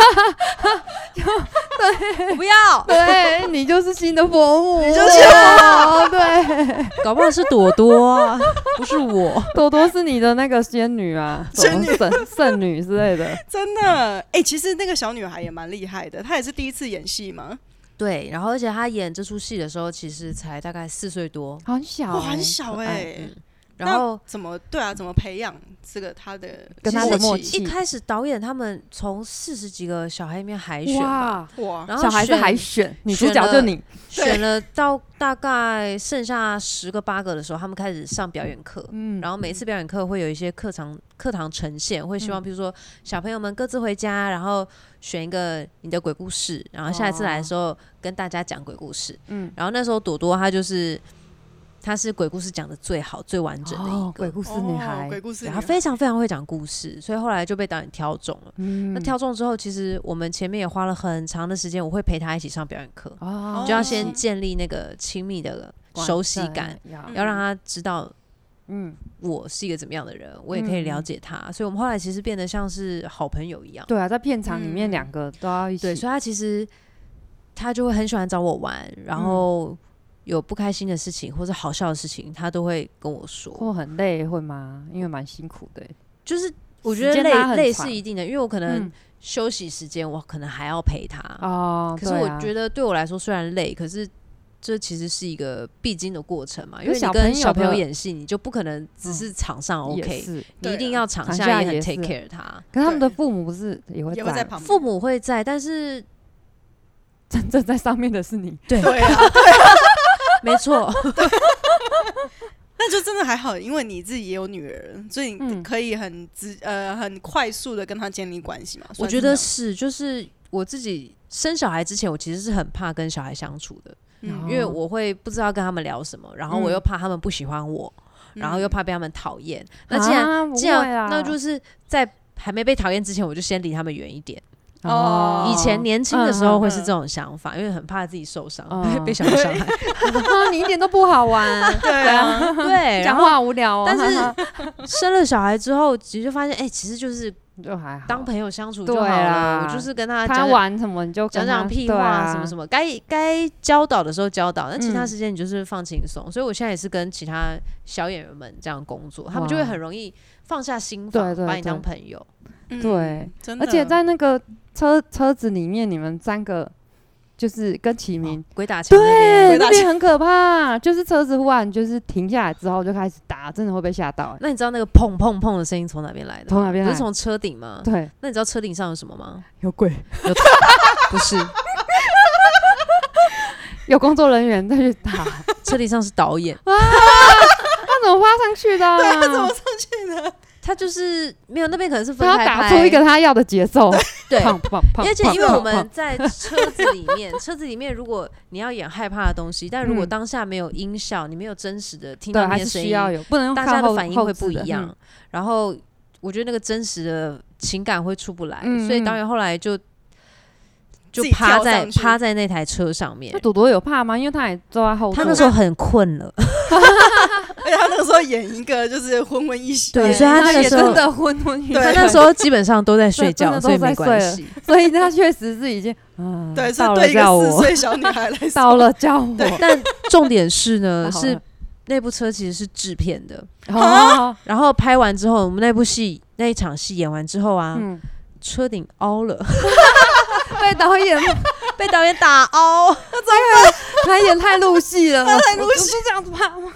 对，我不要。 对，你就是新的佛母， 你就是我。 对，搞不好是朵朵啊，不是我。 朵朵是你的那个仙女啊，圣女之类的。 真的，其实那个小女孩也蛮厉害的，她也是第一次演戏嘛。 对，然后而且她演这出戏的时候，其实才大概4岁多， 很小， 很小然后怎么培养这个他的跟他的默契？ 一开始导演他们从40几个小孩里面海选吧，然后小孩子海选，女主角就你选了到大概剩下10个8个的时候，他们开始上表演课，然后每一次表演课会有一些课堂呈现，会希望比如说小朋友们各自回家，然后选一个你的鬼故事，然后下一次来的时候跟大家讲鬼故事，然后那时候朵朵她是鬼故事讲的最好、最完整的一个鬼故事女孩， 她非常非常会讲故事，所以后来就被导演挑中了。那挑中之后，其实我们前面也花了很长的时间，我会陪她一起上表演课，就要先建立那个亲密的熟悉感，要让她知道，我是一个怎么样的人，我也可以了解她，所以我们后来其实变得像是好朋友一样。 对啊，在片场里面2个都要一起， 对，所以她就会很喜欢找我玩，然后有不开心的事情或者好笑的事情，他都会跟我说。 或很累会吗？因为蛮辛苦的。就是我觉得累是一定的，因为我可能休息时间我可能还要陪他。可是我觉得对我来说虽然累，可是这其实是一个必经的过程嘛。因为你跟小朋友演戏，你就不可能只是场上 OK，你一定要场下也很 take care 他。 可是他们的父母不是也会在旁边？ 父母会在，但是真正在上面的是你。 对啊。没错， 那就真的还好，因为你自己也有女儿，所以你可以很快速的跟她建立关系嘛。 我觉得就是我自己生小孩之前，我其实是很怕跟小孩相处的，因为我会不知道跟他们聊什么，然后我又怕他们不喜欢我，然后又怕被他们讨厌。那既然那就是在还没被讨厌之前，我就先离他们远一点。 以前年轻的时候会是这种想法，因为很怕自己受伤，被小孩伤害。 你一点都不好玩， 对啊， 对， 讲话无聊。 但是生了小孩之后，其实就发现，其实就是就还好， 当朋友相处就好了。我就是跟他玩什么，你就讲讲屁话，什么什么，该教导的时候教导，但其他时间你就是放轻松。所以我现在也是跟其他小演员们这样工作，他们就会很容易放下心防，把你当朋友。 对，而且在那个车子里面，你们3个就是跟启明鬼打墙， 对，那边很可怕，就是车子忽然就是停下来之后就开始打，真的会被吓到。 那你知道那个砰砰砰的声音从哪边来的？ 从哪边来？ 不是从车顶吗？ 对。 那你知道车顶上有什么吗？ 有鬼？ 不是， 有工作人员在去打。 车顶上是导演。 他怎么爬上去的？ 对，他怎么上去的？ 他就是没有，那边可能是分开拍， 他打出一个他要的节奏， 对，而且因为我们在车子里面，如果你要演害怕的东西，但如果当下没有音效，你没有真实的听到那些声音， 不能用大家的反应会不一样。然后我觉得那个真实的情感会出不来，所以导演后来就趴在那台车上面。 那朵朵有怕吗？因为他也坐在后座， 他那时候很困了。 而且他那个时候演一个就是昏昏欲睡， 对，所以他那个时候真的昏昏欲睡， 他那时候基本上都在睡觉，所以没关系。 所以他确实是已经对，是对一个4岁小女孩来说， 到了叫我。 但重点是呢，是那部车其实是制片的，然后拍完之后，我们那一场戏演完之后啊，车顶凹了。 被导演打凹， 他演太入戏了， 太入戏， 这样子拍吗？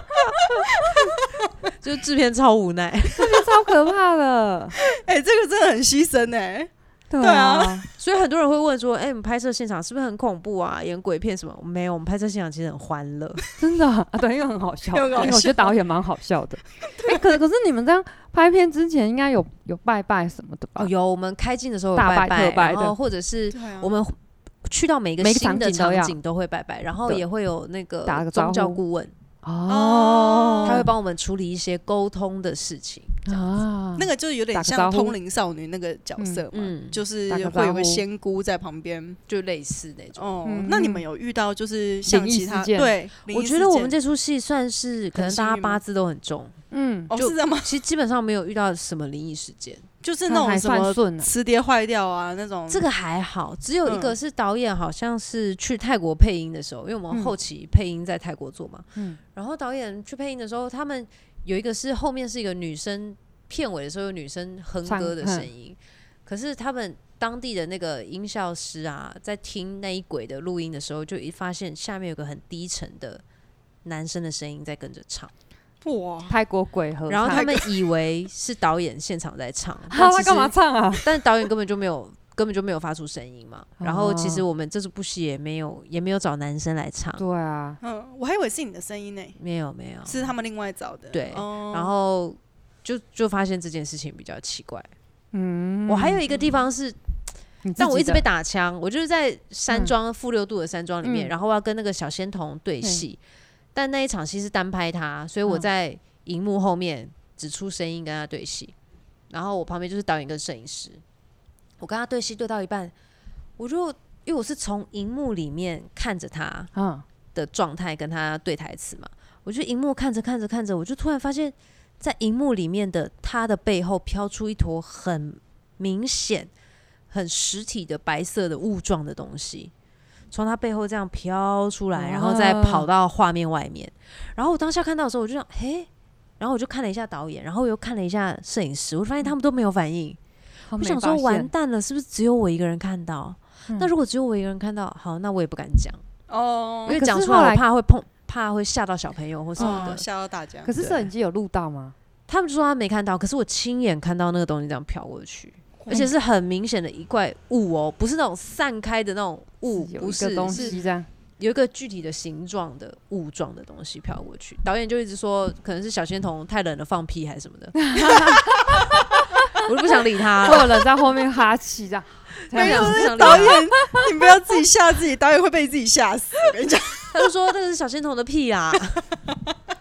就制片超无奈， 制片超可怕的。 这个真的很牺牲对啊， 所以很多人会问说，你们拍摄现场是不是很恐怖啊？演鬼片什么？没有，我们拍摄现场其实很欢乐， 真的对，因为很好笑，因为我觉得导演蛮好笑的。可是你们这样拍片之前应该有拜拜什么的吧？ 有，我们开镜的时候有拜拜， 然后或者是我们去到每个新的场景都会拜拜，然后也会有那个宗教顾问。他会帮我们处理一些沟通的事情那个就有点像通灵少女那个角色嘛，就是会有个仙姑在旁边， 就类似那种。 那你们有遇到就是像其他对？ 我觉得我们这出戏算是可能大家八字都很重， 是这样吗？ 其实基本上没有遇到什么灵异事件。 就是那种什么磁碟坏掉啊那种， 这个还好，只有一个是导演好像是去泰国配音的时候，因为我们后期配音在泰国做嘛，然后导演去配音的时候，他们有一个是后面是一个女生，片尾的时候有女生哼歌的声音，可是他们当地的那个音效师啊，在听那一轨的录音的时候，就一发现下面有个很低沉的男生的声音在跟着唱。 哇！ 泰国鬼合唱， 然后他们以为是导演现场在唱， 他干嘛唱啊？ 但导演根本就没有发出声音嘛。然后其实我们这部戏也没有找男生来唱。 对啊， 我还以为是你的声音呢。 没有， 是他们另外找的。 对，然后就发现这件事情比较奇怪。我还有一个地方是，但我一直被打枪。我就是在山庄负6度的山庄里面，然后我要跟那个小仙童对戏。但那一场戏是单拍他，所以我在荧幕后面只出声音跟他对戏，然后我旁边就是导演跟摄影师。我跟他对戏对到一半，因为我是从荧幕里面看着他的状态跟他对台词嘛，我就荧幕看着，我就突然发现，在荧幕里面的他的背后飘出一坨很明显、很实体的白色的雾状的东西。从他背后这样飘出来，然后再跑到画面外面。然后我当下看到的时候，我就想，然后我就看了一下导演，然后又看了一下摄影师，我发现他们都没有反应。我想说，完蛋了，是不是只有我一个人看到？那如果只有我一个人看到，好，那我也不敢讲因为讲出来我怕会吓到小朋友或什么的， 吓到大家。 可是摄影机有录到吗？ 他们就说他没看到，可是我亲眼看到那个东西这样飘过去。而且是很明显的一块雾不是那种散开的那种雾，不是， 东西这样有一个具体的形状的雾状的东西飘过去。导演就一直说可能是小仙童太冷了放屁还是什么的，我就不想理他了。 会有人在后面哈气这样。 没有，导演，你不要自己吓自己，导演会被自己吓死。我跟你讲， 他就说那个是小仙童的屁啊。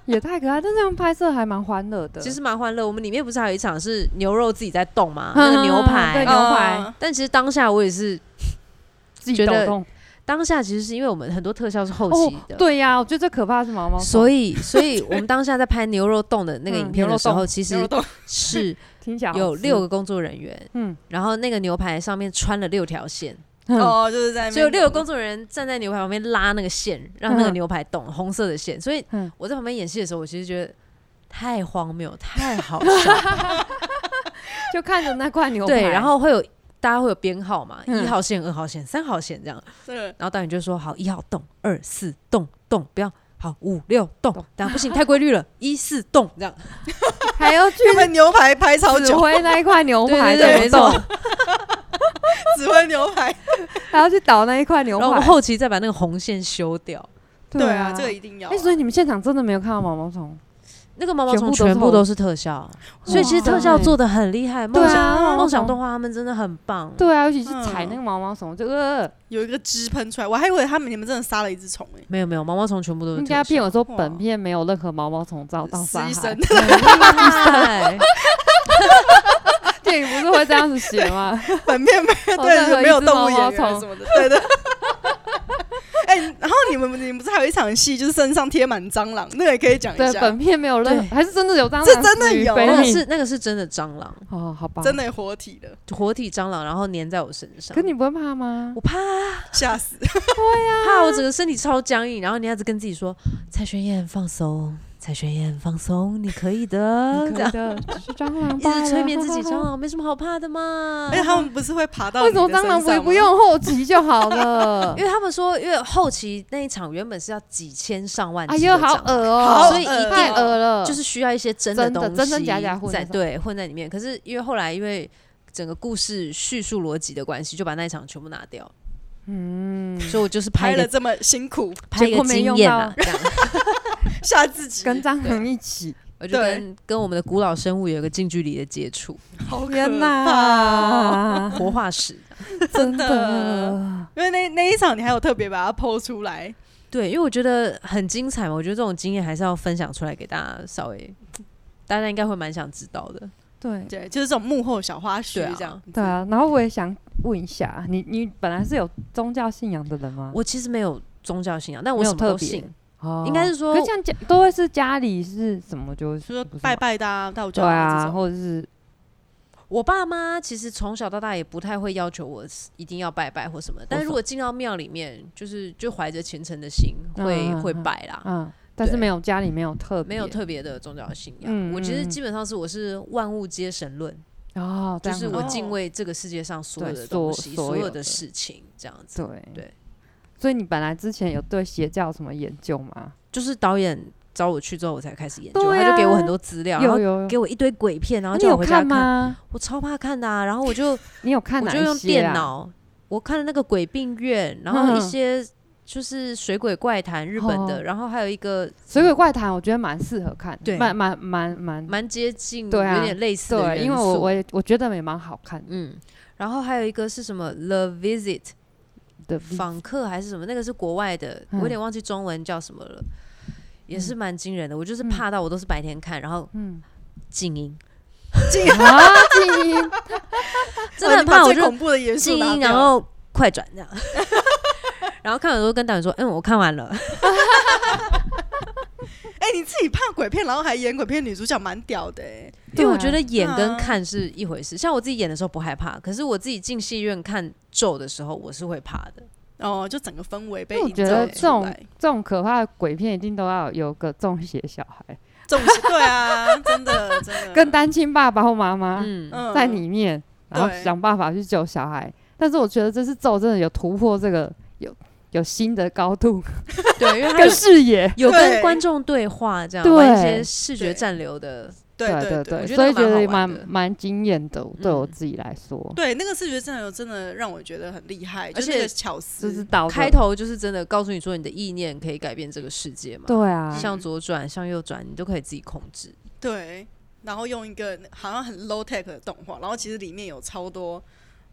也太可爱，但这样拍摄还蛮欢乐的。 其实蛮欢乐。我们里面不是还有一场是牛肉自己在动吗？那个牛排， 对牛排。 但其实当下我也是自己抖动。 当下其实是因为我们很多特效是后期的， 对呀，我觉得最可怕的是毛毛虫。 所以我们当下在拍牛肉冻的那个影片的时候，其实是有6个工作人员，然后那个牛排上面穿了6条线。 就是在那边， 所以有6个工作人员站在牛排旁边拉那个线，让那个牛排动，红色的线。所以我在旁边演戏的时候，我其实觉得太荒谬，太好笑， 就看着那块牛排。 对，然后大家会有编号嘛，1号线、2号线、3号线这样。然后导演就说：“好，1号动，2、4动，不要好5、6动，等下不行，太规律了，1、4动这样。” 还要去牛排拍超久， 指挥那一块牛排， 对，没错。 指挥牛排， 还要去倒那一块牛排， 然后我们后期再把那个红线修掉。 对啊，这个一定要。 所以你们现场真的没有看到毛毛虫？ 那个毛毛虫全部都是特效，所以其实特效做的很厉害。梦想动画他们真的很棒。 对啊，尤其是踩那个毛毛虫， 有一个汁喷出来，我还以为你们真的杀了一只虫没有，毛毛虫全部都是特效。 应该骗我说本片没有任何毛毛虫遭到杀害。 电影不是会这样子写吗？ 本片没有动物演员什么的，对的。然后你们不是还有一场戏，就是身上贴满蟑螂，那个也可以讲一下。 对，本片没有任何，还是真的有蟑螂？ 是真的有， 那个是真的蟑螂。 哦，好吧， 真的活体的活体蟑螂，然后粘在我身上。 可你不会怕吗？ 我怕啊， 吓死！ 对呀， 怕我整个身体超僵硬，然后你要一直跟自己说：“蔡轩燕放松。”蔡轩燕放松，你可以的， 只是蟑螂， 一直催眠自己，蟑螂没什么好怕的嘛。 而且他们不是会爬到为什么蟑螂不用后期就好了？ 因为他们说，因为后期那一场原本是要几千上万只， 哎呦，好恶哦， 所以一定恶了， 就是需要一些真的东西， 真假混在里面。可是因为后来因为整个故事叙述逻辑的关系，就把那一场全部拿掉。所以我就是拍了这么辛苦， 拍一个经验啊，这样吓自己， 跟蟑螂一起， 我就跟我们的古老生物有一个近距离的接触， 好可怕， 活化石， 真的。因为那一场你还有特别把它 po 出来， 对，因为我觉得很精彩嘛，我觉得这种经验还是要分享出来给大家，大家应该会蛮想知道的。 对，就是这种幕后小花絮这样。 对啊，然后我也想问一下，你本来是有宗教信仰的人吗？ 我其实没有宗教信仰，但我什么都信。应该是说， 可是像都会是家里是什么，就是说拜拜的啊，道教啊，或者是我爸妈其实从小到大也不太会要求我一定要拜拜或什么，但是如果进到庙里面，就怀着虔诚的心会拜啦。 但是家里没有特别的宗教信仰。我其实基本上我是万物皆神论。就是我敬畏这个世界上所有的东西，所有的事情，这样子。对。 所以你本来之前有对邪教什么研究吗？ 就是导演找我去之后，我才开始研究。他就给我很多资料，然后给我一堆鬼片，然后叫我回家看。我超怕看的啊！然后你有看哪些啊？ 我就用电脑，我看了那个《鬼病院》，然后一些就是《水鬼怪谈》日本的，然后还有一个《 水鬼怪谈》，我觉得蛮适合看， 对，蛮接近，有点类似的元素。 因为我觉得也蛮好看的。 然后还有一个是什么《The Visit》。的访客还是什么，那个是国外的，我有点忘记中文叫什么了，也是蛮惊人的。我就是怕到我都是白天看，然后静音， 静音， 真的很怕，我就恐怖的元素静音，然后快转这样，然后看完之后跟导演说，我看完了。 你自己怕鬼片，然后还演鬼片女主角，蛮屌的因为我觉得演跟看是一回事。像我自己演的时候不害怕，可是我自己进戏院看咒的时候，我是会怕的。 就整个氛围被营造出来。 我觉得这种可怕的鬼片一定都要有个中邪小孩。 对啊，真的跟单亲爸爸或妈妈在里面，然后想办法去救小孩。但是我觉得这次咒真的有突破这个有新的高度， 对，因为跟视野有跟观众对话，这样玩一些视觉暂留的， 对， 所以觉得蛮惊艳的，对我自己来说， 对那个视觉暂留真的让我觉得很厉害，而且巧思， 开头就是真的告诉你说你的意念可以改变这个世界嘛， 对啊， 向左转向右转你都可以自己控制， 对，然后用一个好像很 low tech 的动画，然后其实里面有超多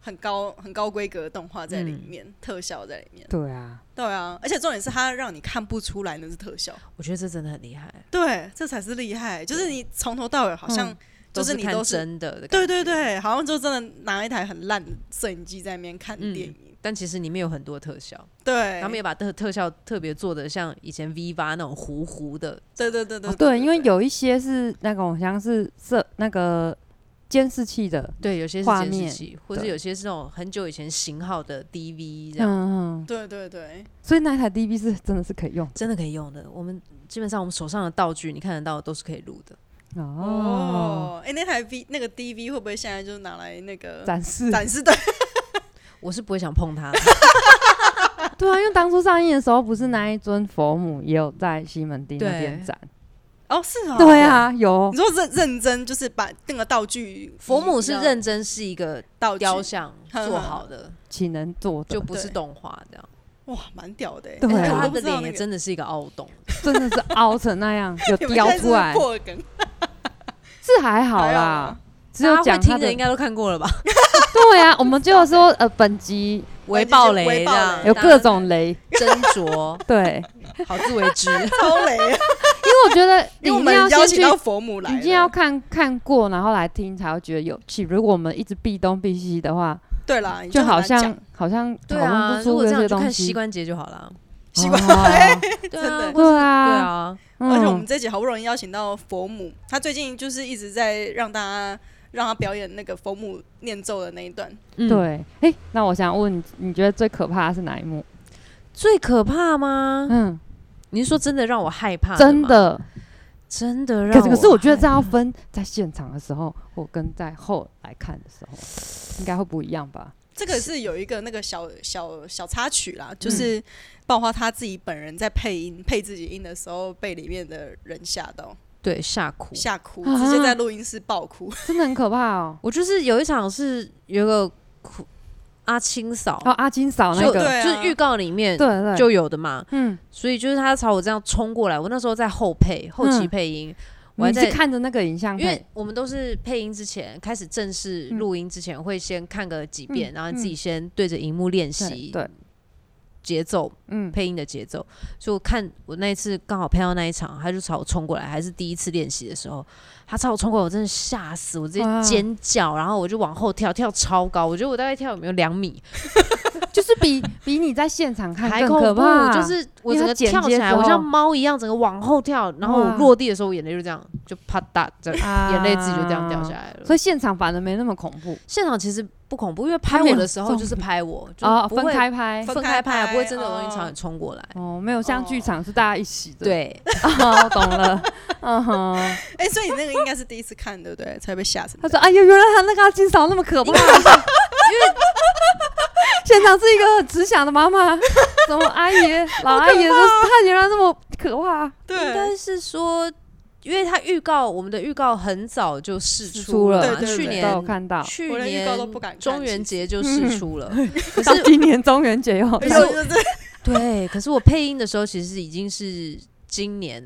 很高规格的动画在里面，特效在里面。 对啊， 而且重点是它让你看不出来那是特效。 我觉得这真的很厉害。 对，这才是厉害，就是你从头到尾好像就是你都是真的感觉。对，好像就真的拿一台很烂的摄影机在那边看电影。 但其实里面有很多特效， 对， 他们也把特效特别做的像以前 Viva 那种糊的， 对， 因为有一些是那种像是那个监视器的， 对，有些是监视器，或者有些是那种很久以前型号的 DV 这样， 对， 所以那台 DV 是真的是可以用， 真的可以用的。我们基本上我们手上的道具，你看得到的都是可以录的。 那台那个 DV 会不会现在就拿来那个展示？ 对。 我是不会想碰它的。 对啊，因为当初上映的时候，不是那一尊佛母也有在西门町那边展。 是啊。 对啊，有。 你说认真就是把那个道具， 佛母是认真是一个雕像做好的， 岂能做的， 就不是动画这样。 哇，蛮屌的。 对啊， 他的脸也真的是一个凹洞， 真的是凹成那样，有雕出来。 破梗。 是还好啦。只有讲听的应该都看过了吧？ 对啊，我们就说本集微爆雷这样， 有各种雷斟酌， 对， 好自为之， 超雷。因为我觉得你一定要邀请到佛母来， 一定要看过，然后来听才会觉得有趣。如果我们一直避东避西的话， 对啦， 就好像讨论不出这些东西。 就看膝关节就好了。 膝关节， 对啊。 而且我们这集好不容易邀请到佛母，他最近就是一直在让他表演那个佛母念咒的那一段。 对，那我想问你觉得最可怕的是哪一幕？ 最可怕吗？你是说真的让我害怕的吗？真的让我。 可是我觉得这要分在现场的时候，或跟在后来看的时候，应该会不一样吧？ 这个是有一个那个小插曲啦，就是爆花他自己本人在配自己音的时候，被里面的人吓到。 对，吓哭， 直接在录音室爆哭， 真的很可怕哦。 我就是有一场是有个阿青嫂阿青嫂那个， 就是预告里面就有的嘛。所以就是他朝我这样冲过来，我那时候在后期配音，我还在看着那个影像， 因为我们都是配音之前开始正式录音之前，会先看个几遍，然后你自己先对着荧幕练习。对。节奏，配音的节奏，所以我那一次刚好配到那一场，他就朝我冲过来，还是第一次练习的时候，他朝我冲过来，我真的吓死，我直接尖叫，然后我就往后跳超高，我觉得我大概跳有没有2米， 就是比你在现场看更可怕， 就是我整个跳起来，我像猫一样整个往后跳，然后我落地的时候，我眼泪就这样就啪嗒，眼泪自己就这样掉下来了。 所以现场反而没那么恐怖， 现场其实不恐怖，因为拍我的时候就是拍我，就不会分开拍， 不会真的有东西朝你冲过来。 没有像剧场是大家一起的。 对， 懂了。 所以你那个应该是第一次看，对不对？才被吓成。 他说：“哎呦，原来他那个阿金嫂那么可怕。”因为现场是一个很慈祥的妈妈，什么老阿爷说他原来那么可怕。 对， 应该是说。因为他我们的预告很早就释出了，去年都有看到， 去年中元节就释出了， 可是今年中元节又对，可是我配音的时候其实已经是今年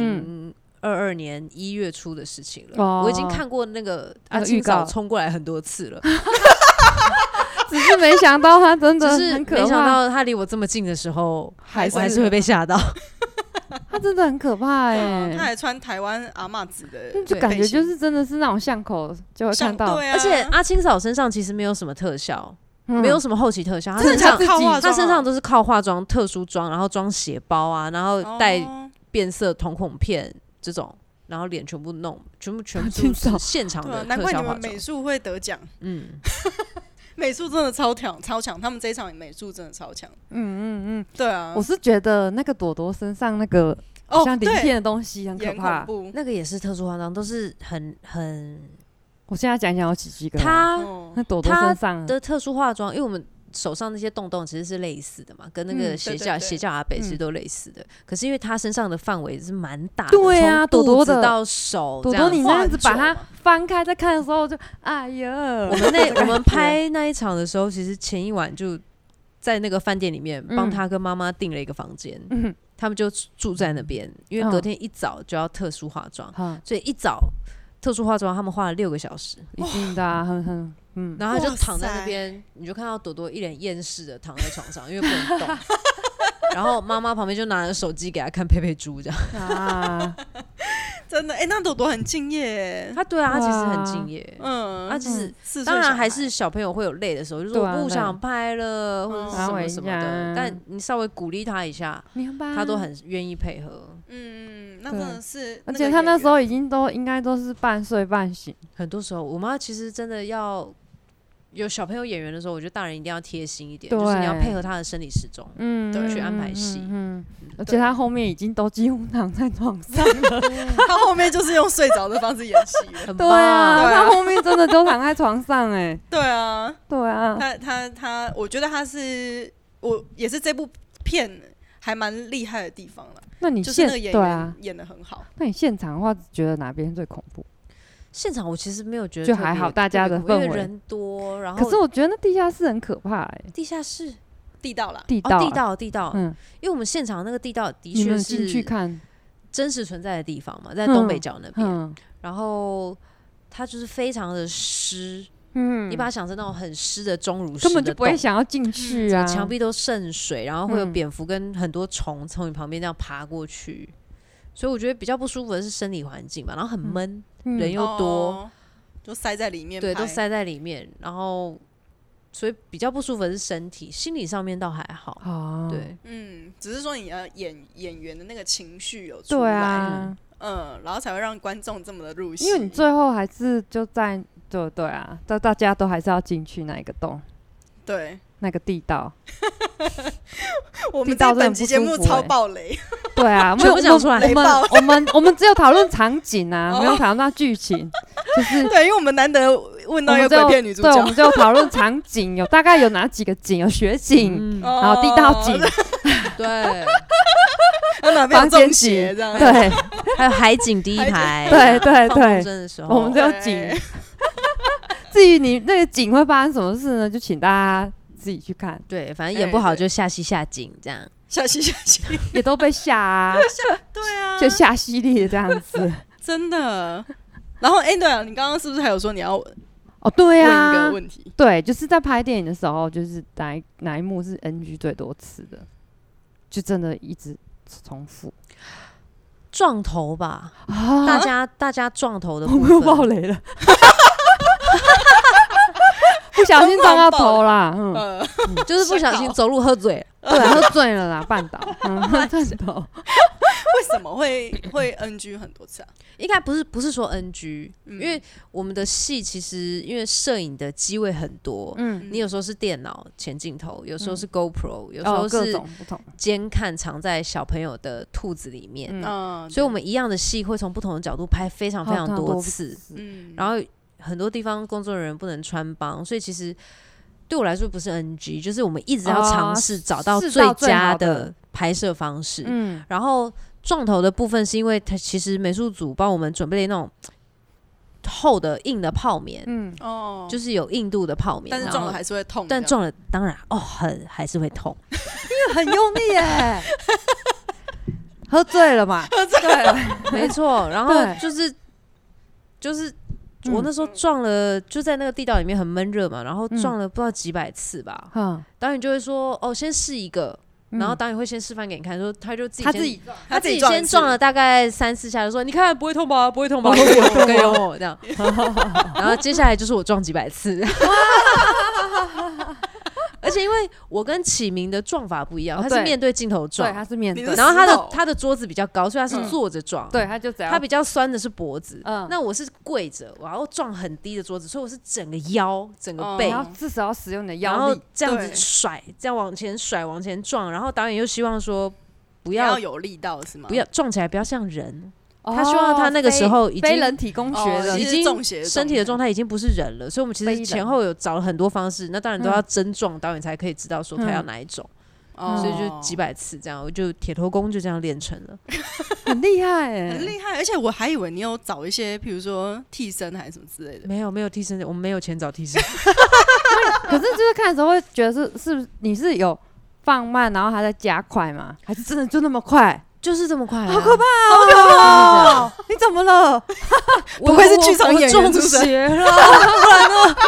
2022年1月初的事情了，我已经看过那个阿金嫂冲过来很多次了， 只是没想到他真的很可怕， 没想到他离我这么近的时候，我还是会被吓到。 他真的很可怕他还穿台湾阿嬷子的， 就感觉就是真的是那种巷口就会看到， 而且阿青嫂身上其实没有什么特效，没有什么后期特效，他身上都是靠化妆、特殊妆，然后装血包啊，然后戴变色瞳孔片这种，然后脸全部全部都是现场的特效化妆。 难怪你们美术会得奖，美术真的超强，他们这一场美术真的超强。对啊， 我是觉得那个朵朵身上那个像鳞片的东西很可怕， 那个也是特殊化妆，都是很。 我现在讲有几个， 那朵朵身上的特殊化妆，因为我们手上那些洞洞其实是类似的嘛，跟那个邪教阿北其实都类似的。可是因为他身上的范围是蛮大的， 对啊， 从肚子到手， 朵朵你那样子把它翻开再看的时候就哎呀， 我们拍那一场的时候，其实前一晚就在那个饭店里面帮他跟妈妈订了一个房间，他们就住在那边，因为隔天一早就要特殊化妆，所以一早特殊化妆他们花了6个小时， 一定的很然后他就躺在那边，你就看到朵朵一脸厌世的躺在床上，因为不能动。然后妈妈旁边就拿着手机给他看佩佩猪这样啊， 真的那朵朵很敬业， 他其实很敬业，他其实当然还是小朋友会有累的时候，就是我不想拍了或者什么什么的，但你稍微鼓励他一下，他都很愿意配合。 那真的是， 而且他那时候已经应该都是半睡半醒， 很多时候我妈其实真的要。有小朋友演员的时候，我觉得大人一定要贴心一点，就是你要配合他的生理时钟，去安排戏。 而且他后面已经都几乎躺在床上了， 他后面就是用睡着的方式演戏了。 对啊，他后面真的都躺在床上对啊， 他， 我觉得我也是这部片还蛮厉害的地方了。 那你就是那个演员演得很好。 那你现场的话，觉得哪边最恐怖？ 现场我其实没有觉得就还好，大家的氛围， 因为人多，然后可是我觉得那地下室很可怕地下室、 地道啦， 地道，因为我们现场那个地道的确是进去看真实存在的地方嘛，在东北角那边，然后它就是非常的湿，你把它想成那种很湿的钟乳石的根本就不会想要进去啊， 墙壁都渗水，然后会有蝙蝠跟很多虫从你旁边这样爬过去。所以我觉得比较不舒服的是生理环境吧，然后很闷，人又多， 就塞在里面， 对，都塞在里面，然后所以比较不舒服的是身体，心理上面倒还好。对， 只是说你要演员的那个情绪有出来，然后才会让观众这么的入戏。 因为你最后还是就在对啊，大家都还是要进去那一个洞， 对， 那个地道。 我们这本期节目超爆雷， 对啊， 全部讲出来。 我们只有讨论场景啊，没有讨论到剧情，就是对，因为我们难得问到一个鬼片女主角， 对，我们就讨论场景，大概有哪几个景，有雪景，然后地道景， 对， 有哪边有中邪这样， 对， 还有海景第一排， 对， 放风筝的时候， 我们只有景。至于你那个景会发生什么事呢？就请大家自己去看。 对，反正演不好就下戏下景这样， 下戏也都被吓啊， 对啊， 就下犀利这样子， 真的。然后对啊，你刚刚是不是还有说你要对啊， 问一个问题？ 对，就是在拍电影的时候，就是哪一幕是 NG 最多次的，就真的一直重复。 撞头吧，大家撞头的部分， 我又爆雷了。不小心撞到头啦， 就是不小心走路喝醉， 对，喝醉了啦，绊倒，绊倒。 为什么会 NG 很多次啊？ 应该不是说 NG，因为我们的戏其实因为摄影的机位很多，你有时候是电脑前镜头，有时候是 GoPro，有时候是监看藏在小朋友的兔子里面，所以我们一样的戏会从不同的角度拍非常非常多次，然后很多地方工作人员不能穿帮，所以其实对我来说不是 NG， 就是我们一直要尝试找到最佳的拍摄方式。然后撞头的部分是因为它其实美术组帮我们准备了那种厚的硬的泡棉，就是有硬度的泡棉， 但是撞了还是会痛。 但撞了当然还是会痛， 因为很用力耶，喝醉了嘛， 对，没错。然后就是我那时候撞了，就在那个地道里面很闷热嘛，然后撞了不知道几百次吧。导演就会说先试一个。然后导演会先示范给你看，说他就自己先撞了大概3-4下，就说你看不会痛吧，不会痛吧，跟有我这样。然后接下来就是我撞几百次。而且因为我跟启明的撞法不一样，他是面对镜头撞， 对，他是面对。 然后他的桌子比较高，所以他是坐着撞， 对，他就这样。 他比较酸的是脖子，那我是跪着，然后撞很低的桌子，所以我是整个腰、整个背， 然后至少要使用你的腰力， 然后这样子甩，这样往前甩、往前撞。然后导演又希望说不要有力道是吗？ 不要撞起来，不要像人。他希望他那个时候已经非人体工学的， 已经身体的状态已经不是人了，所以我们其实前后有找了很多方式，那当然都要真撞，导演才可以知道说他要哪一种，所以就几百次这样，我就铁头功就这样练成了， 很厉害哎， 很厉害，而且我还以为你有找一些，譬如说替身还是什么之类的， 没有替身，我们没有钱找替身， 可是就是看的时候会觉得是不是你是有放慢，然后还在加快吗？还是真的就那么快？ 就是这么快， 好可怕，好可怕！你怎么了？ 不愧是剧场演员， 中邪了，不然呢？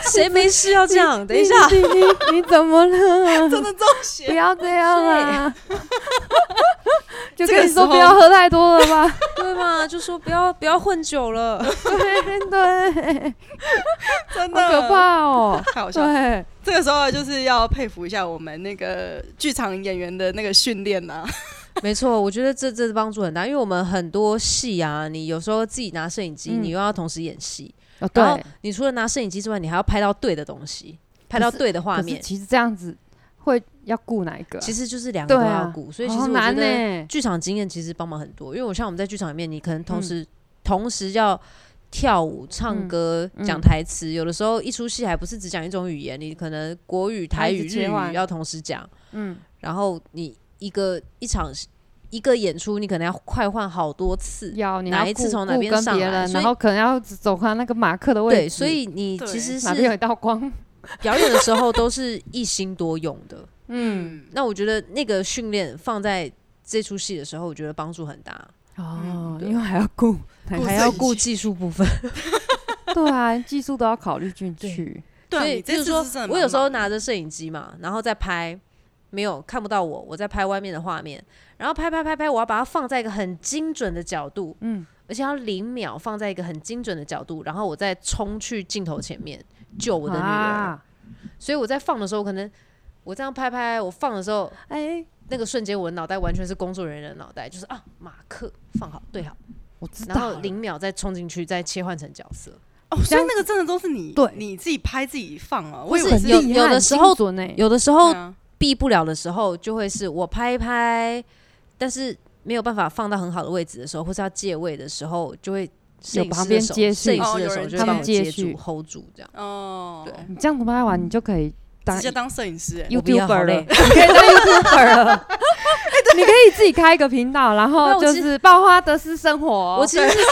谁没事要这样？等一下， 你怎么了？ 真的中邪！ 不要这样啊！就跟你说不要喝太多了吧， 对嘛？就说不要混酒了。 对， 真的好可怕哦， 太好笑。对，这个时候就是要佩服一下我们那个剧场演员的那个训练啊。 没错，我觉得这帮助很大，因为我们很多戏啊，你有时候自己拿摄影机，你又要同时演戏，然后你除了拿摄影机之外，你还要拍到对的东西，拍到对的画面。 其实这样子会要顾哪一个？ 其实就是两个都要顾，所以其实我觉得剧场经验其实帮忙很多。因为我们在剧场里面，你可能同时要跳舞、唱歌、讲台词，有的时候一出戏还不是只讲一种语言，你可能国语、台语、日语要同时讲，然后你一个演出，你可能要快换好多次，哪一次从哪边上来， 然后可能要走开那个马克的位置， 对，所以你其实是哪边有一道光， 表演的时候都是一心多用的。那我觉得那个训练放在这出戏的时候，我觉得帮助很大哦，因为还要顾技术部分，对啊，技术都要考虑进去。 所以就是说，我有时候拿着摄影机嘛，然后再拍。看不到我在拍外面的画面，然后拍，我要把它放在一个很精准的角度，而且要0秒放在一个很精准的角度，然后我再冲去镜头前面救我的女儿。所以我在放的时候，可能我这样拍，我放的时候，那个瞬间我的脑袋完全是工作人员的脑袋，就是马克放好对好， 我知道， 然后0秒再冲进去，再切换成角色。 所以那个真的都是你自己拍自己放啊？我以为是有的时候。避不了的时候，就会是我拍一拍，但是没有办法放到很好的位置的时候，或是要借位的时候，就会有旁边接摄影师的手就会帮我接住 hold 住这样。对， 你这样子拍完，你就可以直接当摄影师 ，YouTuber 了，你可以当 YouTuber 了。你可以自己开一个频道，然后就是爆花的私生活。 我其实是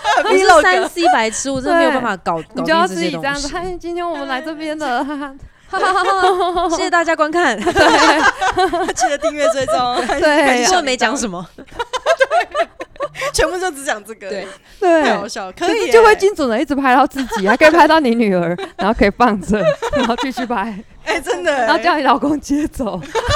3C 白痴，我真的没有办法搞你就要自己这样子。今天我们来这边的。 谢谢大家观看， 记得订阅追踪。 对，根本没讲什么， 全部就只讲这个， 对， 太好笑了，可以就会精准的一直拍到自己，还可以拍到你女儿，然后可以放着，然后继续拍， 真的， 然后叫你老公接走，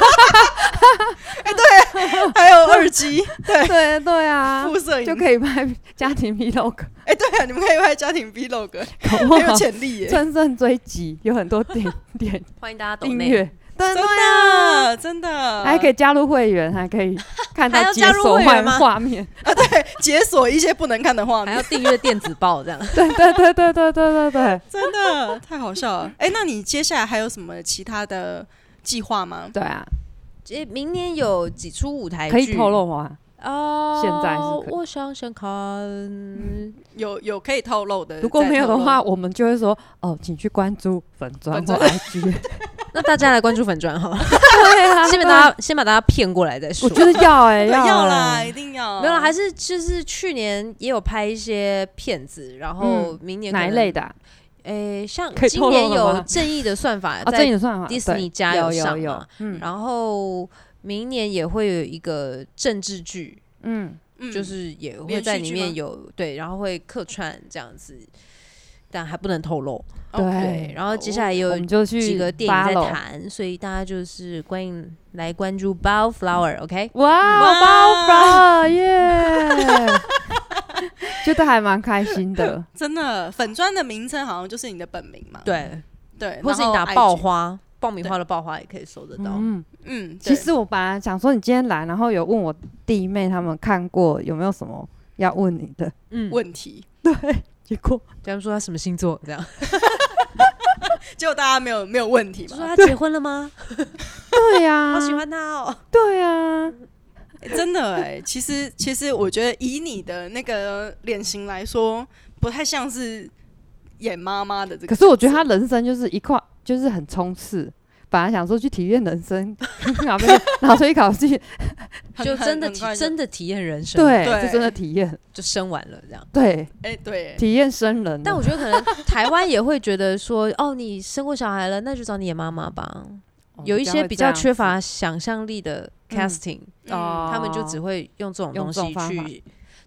对，还有耳机， 对啊， 副摄影就可以拍家庭 vlog， 对啊，你们可以拍家庭 vlog， 很有潜力耶， 乘胜追击，有很多点， 欢迎大家订阅。 真的， 还可以加入会员，还可以看到解锁画面对，解锁一些不能看的画面， 还要订阅电子报这样。 对， 真的太好笑了。那你接下来还有什么其他的计划吗？ 对啊， 明年有几出舞台剧可以透露吗？现在是我想想看， 有可以透露的。 如果没有的话，我们就会说请去关注粉专或 IG。 那大家来关注粉专好了，对啊，先把大家骗过来再说。 我觉得要要啦，一定要。 没有啦，还是就是去年也有拍一些片子，然后明年哪一类的？ 像今年有《正义的算法》在迪士尼家有上嘛，然后明年也会有一个政治剧，就是也会在里面有对，然后会客串这样子。但还不能透露，对。然后接下来有几个电影在谈，所以大家就是欢迎来关注 Bowflower，OK？ 哇 ，Bowflower 耶！觉得还蛮开心的， 真的。粉专的名称好像就是你的本名嘛？ 对，或是你打爆花、爆米花的爆花也可以搜得到。 其实我本来想说你今天来，然后有问我弟妹他们看过有没有什么要问你的问题， 对。结果他们说他什么星座这样， 结果大家没有问题嘛？ 就说他结婚了吗？ 对呀， 好喜欢他哦。 对呀， 真的其实我觉得以你的那个脸型来说，不太像是演妈妈的这个。 可是我觉得他人生就是就是很冲刺。本来想说去体验人生，然后所以考试就真的体验人生， 对，就真的体验， 就生完了这样， 对， 对， 体验生人。 但我觉得可能台湾也会觉得说，你生过小孩了，那就找你演妈妈吧。有一些比较缺乏想象力的 casting，他们就只会用这种东西去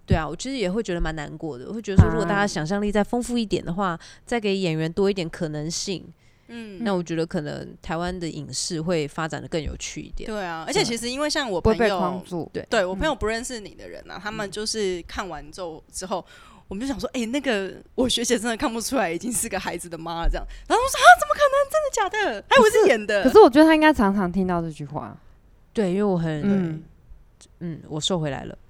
对啊，我其实也会觉得蛮难过的。我会觉得说，如果大家想象力再丰富一点的话，再给演员多一点可能性，那我觉得可能台湾的影视会发展的更有趣一点。 对啊，而且其实因为像我朋友，对我朋友不认识你的人啊，他们就是看完之后，我们就想说，那个我学姐真的看不出来已经是个孩子的妈了，这样。然后我说怎么可能？真的假的？还以为是演的。 可是我觉得他应该常常听到这句话。 对，因为我很我瘦回来了。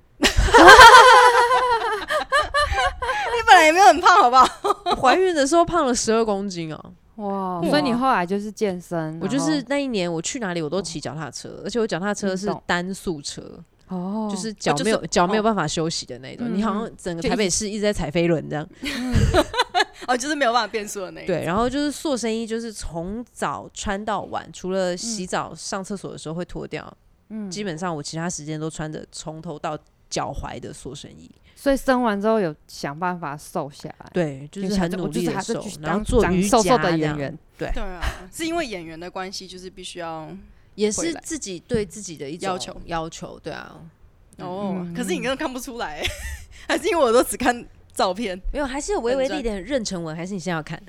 你本来也没有很胖，好不好？ 怀孕的时候胖了12公斤啊！ 哇，所以你后来就是健身。 我就是那一年我去哪里我都骑脚踏车，而且我脚踏车是单速车。就是脚没有办法休息的那种，你好像整个台北市一直在踩飞轮这样。 就是没有办法变速的那种。 对，然后就是塑身衣，就是从早穿到晚，除了洗澡、上厕所的时候会脱掉，基本上我其他时间都穿着从头到脚踝的塑身衣。 所以生完之后有想办法瘦下来。 对，就是很努力的瘦，然后做瑜伽这样。 的演员。 对啊，是因为演员的关系，就是必须要。 也是自己对自己的一种要求，对啊。 可是你根本看不出来，还是因为我都只看照片？ 没有，还是有微微的一点妊娠纹，还是你先要看？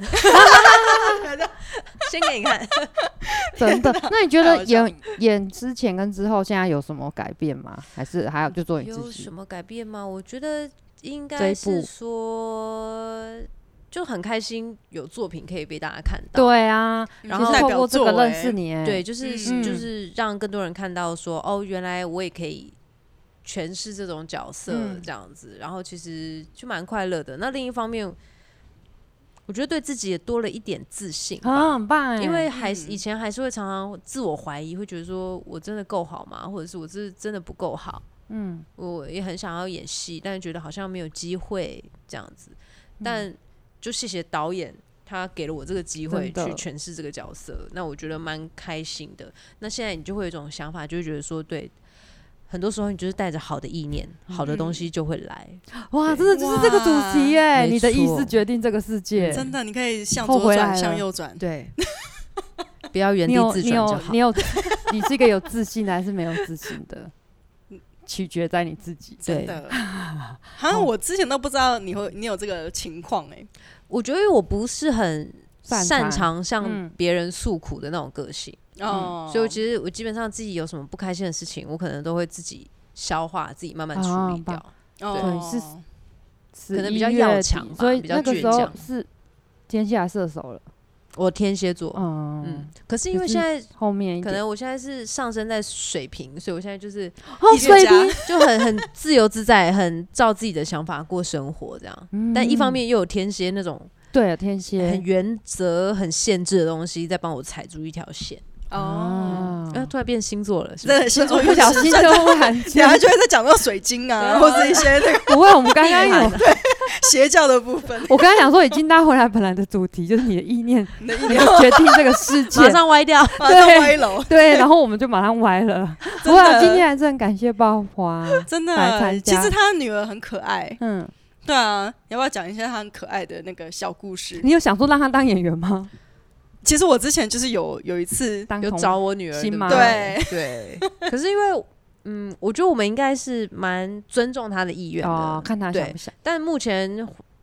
先给你看。 真的？那你觉得演之前跟之后，现在有什么改变吗？还是还有就做你自己？ 有什么改变吗？我觉得应该是说。就很开心有作品可以被大家看到， 对啊，然后透过这个认识你， 对，就是让更多人看到说，原来我也可以诠释这种角色这样子，然后其实就蛮快乐的。那另一方面，我觉得对自己也多了一点自信吧， 很棒， 因为以前还是会常常自我怀疑，会觉得说我真的够好吗？或者是我是真的不够好？我也很想要演戏，但是觉得好像没有机会这样子，但。就谢谢导演，他给了我这个机会去诠释这个角色，那我觉得蛮开心的。那现在你就会有一种想法，就会觉得说，对，很多时候你就是带着好的意念，好的东西就会来。 哇，真的就是这个主题耶！你的意识决定这个世界， 真的，你可以向左转，向右转， 对，不要原地自转就好。 你是一个有自信的还是没有自信的？取决在你自己。 真的，好像我之前都不知道你有这个情况我觉得我不是很擅长向别人诉苦的那种个性，所以其实我基本上自己有什么不开心的事情，我可能都会自己消化，自己慢慢处理掉。 对，是可能比较要强吧， 所以比较倔强。 是天蝎还是射手了？ 我天蝎座，可是因为现在后面可能我现在是上升在水瓶，所以我现在就是水瓶就很自由自在，很照自己的想法过生活这样。但一方面又有天蝎那种对天蝎很原则、很限制的东西，在帮我踩出一条线。突然变星座了，是不是？ 星座不小心就完全， 然后就会在讲到水晶啊，或是一些那个不会，我们刚刚有对邪教的部分。 我刚刚想说，已经拉回来本来的主题，就是你的意念决定这个世界， 马上歪掉， 马上歪楼。 对，然后我们就马上歪了。不过今天还是很感谢爆花， 真的。其实他女儿很可爱，对啊，要不要讲一下他很可爱的那个小故事？ 你有想说让他当演员吗？ 其实我之前就是有一次有找我女儿，对，可是因为我觉得我们应该是蛮尊重她的意愿的， 看她想不想。 但目前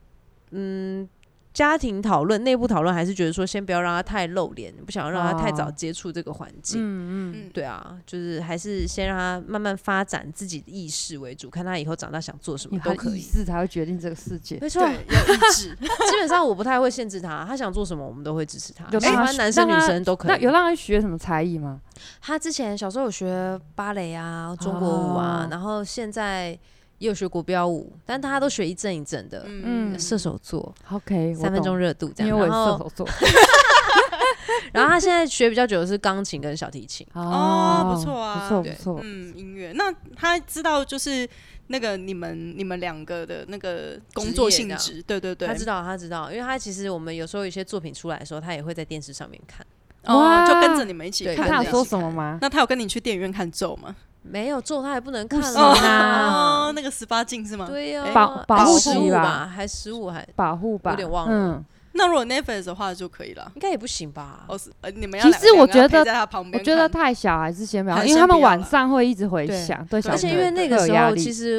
家庭讨论、内部讨论，还是觉得说先不要让他太露脸，不想让他太早接触这个环境。对啊，就是还是先让他慢慢发展自己的意识为主，看他以后长大想做什么都可以。 意识才会决定这个世界。 没错，有意志。基本上我不太会限制他想做什么我们都会支持他。喜欢男生女生都可以。 那有让他学什么才艺吗？ 他之前小时候有学芭蕾啊、中国舞啊，然后现在也有学国标舞，但他都学一阵一阵的。射手座 ，OK， 3分钟热度这样。 因为我是射手座。 然后他现在学比较久的是钢琴跟小提琴。 不错啊， 不错。 音乐。那他知道就是那个你们两个的那个工作性质，对，他知道，因为他其实我们有时候有些作品出来的时候，他也会在电视上面看。 就跟着你们一起看。 他有说什么吗？ 那他有跟你去电影院看咒吗？ 没有咒，他也不能看了。 那个18禁是吗？ 对呀， 保护 15吧，还15还保护吧， 有点忘了。 那如果 Netflix 的话就可以了， 应该也不行吧？ 你们要其实我觉得在他旁边， 我觉得太小还是先不要，因为他们晚上会一直回想。对， 而且因为那个时候其实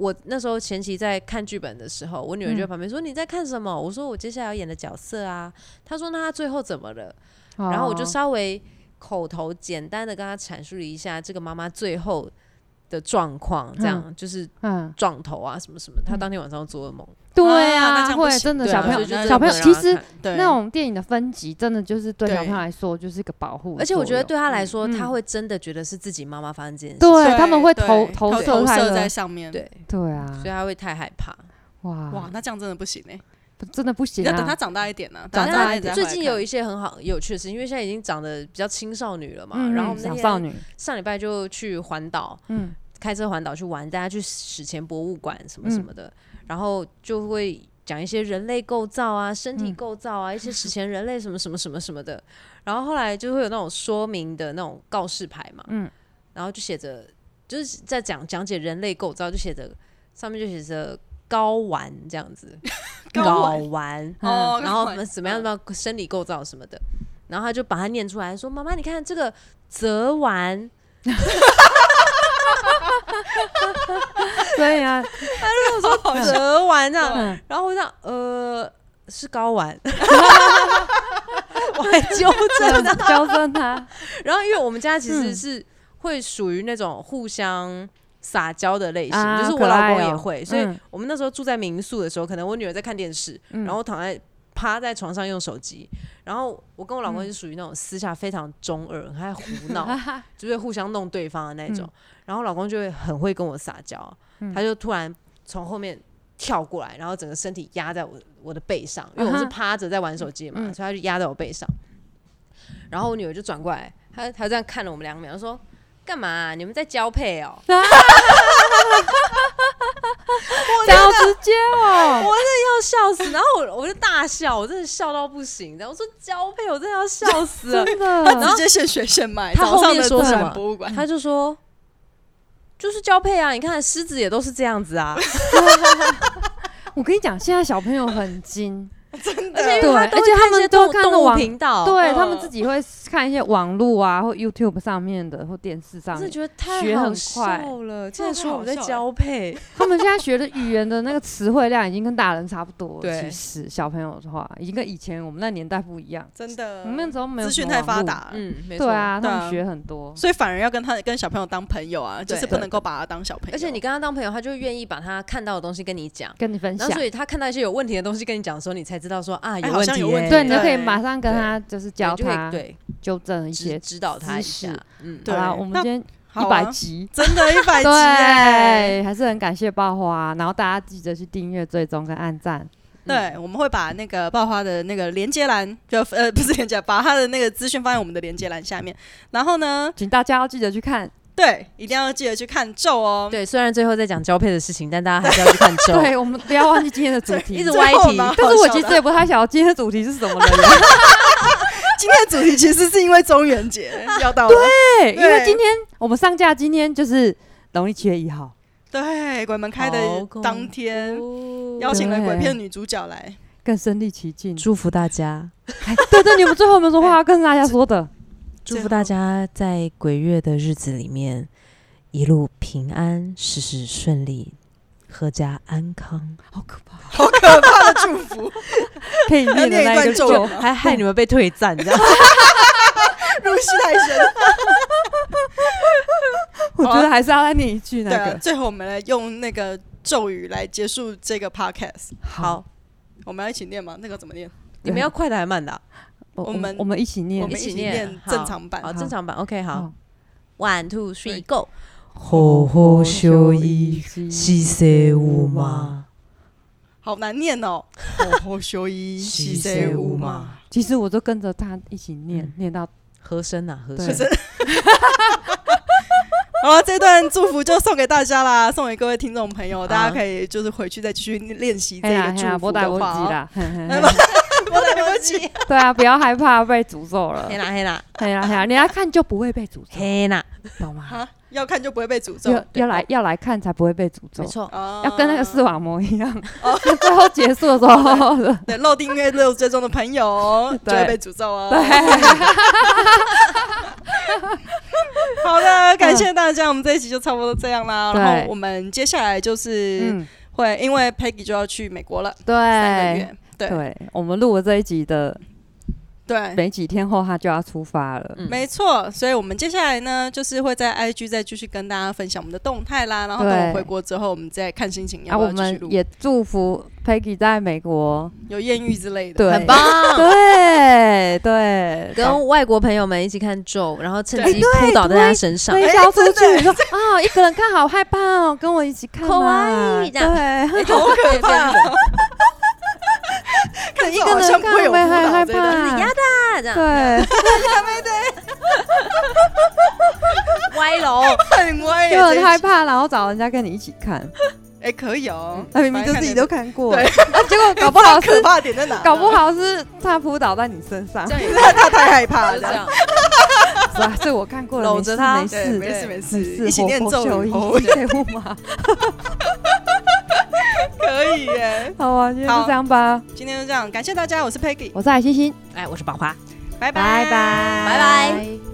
我那时候前期在看剧本的时候，我女儿就在旁边说：“你在看什么？”我说：“我接下来要演的角色啊。”她说：“那她最后怎么了？”然后我就稍微口头简单的跟她阐述了一下这个妈妈最后的状况，这样就是撞头啊什么什么。她当天晚上做噩梦。 对啊，会真的小朋友其实那种电影的分级真的就是对小朋友来说就是一个保护， 而且我觉得对他来说，他会真的觉得是自己妈妈发生这件事， 对，他们会投射在上面， 对啊， 所以他会太害怕。 哇，那这样真的不行真的不行啊！ 要等他长大一点呢。 最近有一些很好有趣的事情，因为现在已经长得比较青少女了嘛，然后我们那天上礼拜就去环岛，开车环岛去玩，大家去史前博物馆什么什么的。然后就会讲一些人类构造啊、身体构造啊、一些史前人类什么什么什么什么的。然后后来就会有那种说明的那种告示牌嘛，然后就写着，就是在讲解人类构造，就写着上面就写着睾丸这样子，睾丸，然后怎么样生理构造什么的。然后他就把它念出来，说：“妈妈，你看这个泽丸。” 对啊， 他就说折丸这样，然后我想是睾丸，我还纠正他。 然后因为我们家其实是会属于那种互相撒娇的类型，就是我老公也会，所以我们那时候住在民宿的时候，可能我女儿在看电视，然后趴在床上用手机，然后我跟我老公是属于那种私下非常中二，很爱胡闹，就是互相弄对方的那种。然后老公就会很会跟我撒娇，他就突然从后面跳过来，然后整个身体压在我的背上，因为我是趴着在玩手机嘛，所以他就压在我背上。然后我女儿就转过来，她这样看了我们2秒，说：“干嘛啊？你们在交配哦？” 这样直接哦， 我真的要笑死。然后我就大笑，我真的笑到不行。然后我说交配，我真的要笑死了。 真的， 他直接现学现卖。 他后面说什么？ 博物馆， 他就说就是交配啊！你看狮子也都是这样子啊。 我跟你讲，现在小朋友很精。 真的， 而且他们都看动物频道， 对他们自己会看一些网络啊，或 YouTube 上面的，或电视上面， 真的觉得太好笑了。竟然说我们在交配， 他们现在学的语言的那个词汇量已经跟大人差不多了。 对， 其实小朋友的话，已经跟以前我们那年代不一样。 真的， 我们那时候没有资讯太发达， 没错， 对啊，他们学很多， 所以反而要跟小朋友当朋友啊，就是不能够把他当小朋友。 而且你跟他当朋友，他就愿意把他看到的东西跟你讲， 跟你分享。 然后所以他看到一些有问题的东西跟你讲的时候，你才知道说啊有问题， 对，你就可以马上跟他就是教他， 对， 纠正一些， 指导他一下。 对啊，我们今天100集， 真的100集， 对，还是很感谢爆花，然后大家记得去订阅、追踪跟按赞。 对，我们会把那个爆花的那个连接栏，不是连接，把他的那个资讯放在我们的连接栏下面。然后呢， 请大家要记得去看。 对，一定要记得去看咒哦。 对，虽然最后在讲交配的事情，但大家还是要去看咒。 对，我们不要忘记今天的主题， 一直歪题。 但是我其实也不太晓得今天的主题是什么了。 今天的主题其实是因为中元节要到了， 对，因为今天我们上架，今天就是农历7月1号。 对，鬼门开的当天，邀请了鬼片女主角来， 更身临其境， 祝福大家。 对，你们最后有没有说话要跟大家说的？ 祝福大家在鬼月的日子里面一路平安，事事顺利，阖家安康。 好可怕， 好可怕的祝福， 可以念的那一个咒， 还害你们被退赞，这样入戏太深。 我觉得还是要再念一句那个。 最后我们来用那个咒语来结束这个 podcast。 好， 我们要一起念吗？那个怎么念？ 你们要快的还慢的？ 我们一起念， 我们一起念正常版。 好，正常版。OK， 好 ，1 2 3 Go。 好好相依，四世有马。 好难念哦，好好相依，四世有马。 其实我就跟着他一起念，念到和声啊，和声。 好了，这段祝福就送给大家啦，送给各位听众朋友，大家可以就是回去再继续练习这个祝福的话。 对啊，不要害怕被诅咒了。 黑啦， 你要看就不会被诅咒。 黑啦， 懂吗？要看就不会被诅咒， 要来看才不会被诅咒。 没错， 要跟那个视网膜一样，最后结束的时候， 对，漏订阅、漏追踪的朋友就会被诅咒哦。 对， 好的， 的，感谢大家，我们这一集就差不多这样啦。然后我们接下来就是会，因为 Peggy 就要去美国了， 对 ，3个月， 对，我们录了这一集的。 对， 没几天后他就要出发了， 没错，所以我们接下来呢，就是会在 IG 再继续跟大家分享我们的动态啦，然后等我回国之后，我们再看心情要不要继续录。 我们也祝福 Peggy 在美国有艳遇之类的， 对， 很棒， 对， 跟外国朋友们一起看咒，然后趁机扑倒在他身上， 推销出去，说啊，一个人看好害怕哦，跟我一起看嘛， 对，好可怕。 一个人看会害怕， 压的这样， 对， 歪楼， 很歪， 就很害怕，然后找人家跟你一起看， 可以哦， 他明明就自己都看过， 对， 结果搞不好是可怕点在哪？ 搞不好是他扑倒在你身上， 他太害怕了，这样。 是啊，这我看过了， 搂着他， 没事，一起念咒语， 嘛。 可以耶， 好啊，今天就这样吧。 今天就这样，感谢大家，我是 Peggy， 我是海星星， 我是宝华， 拜拜。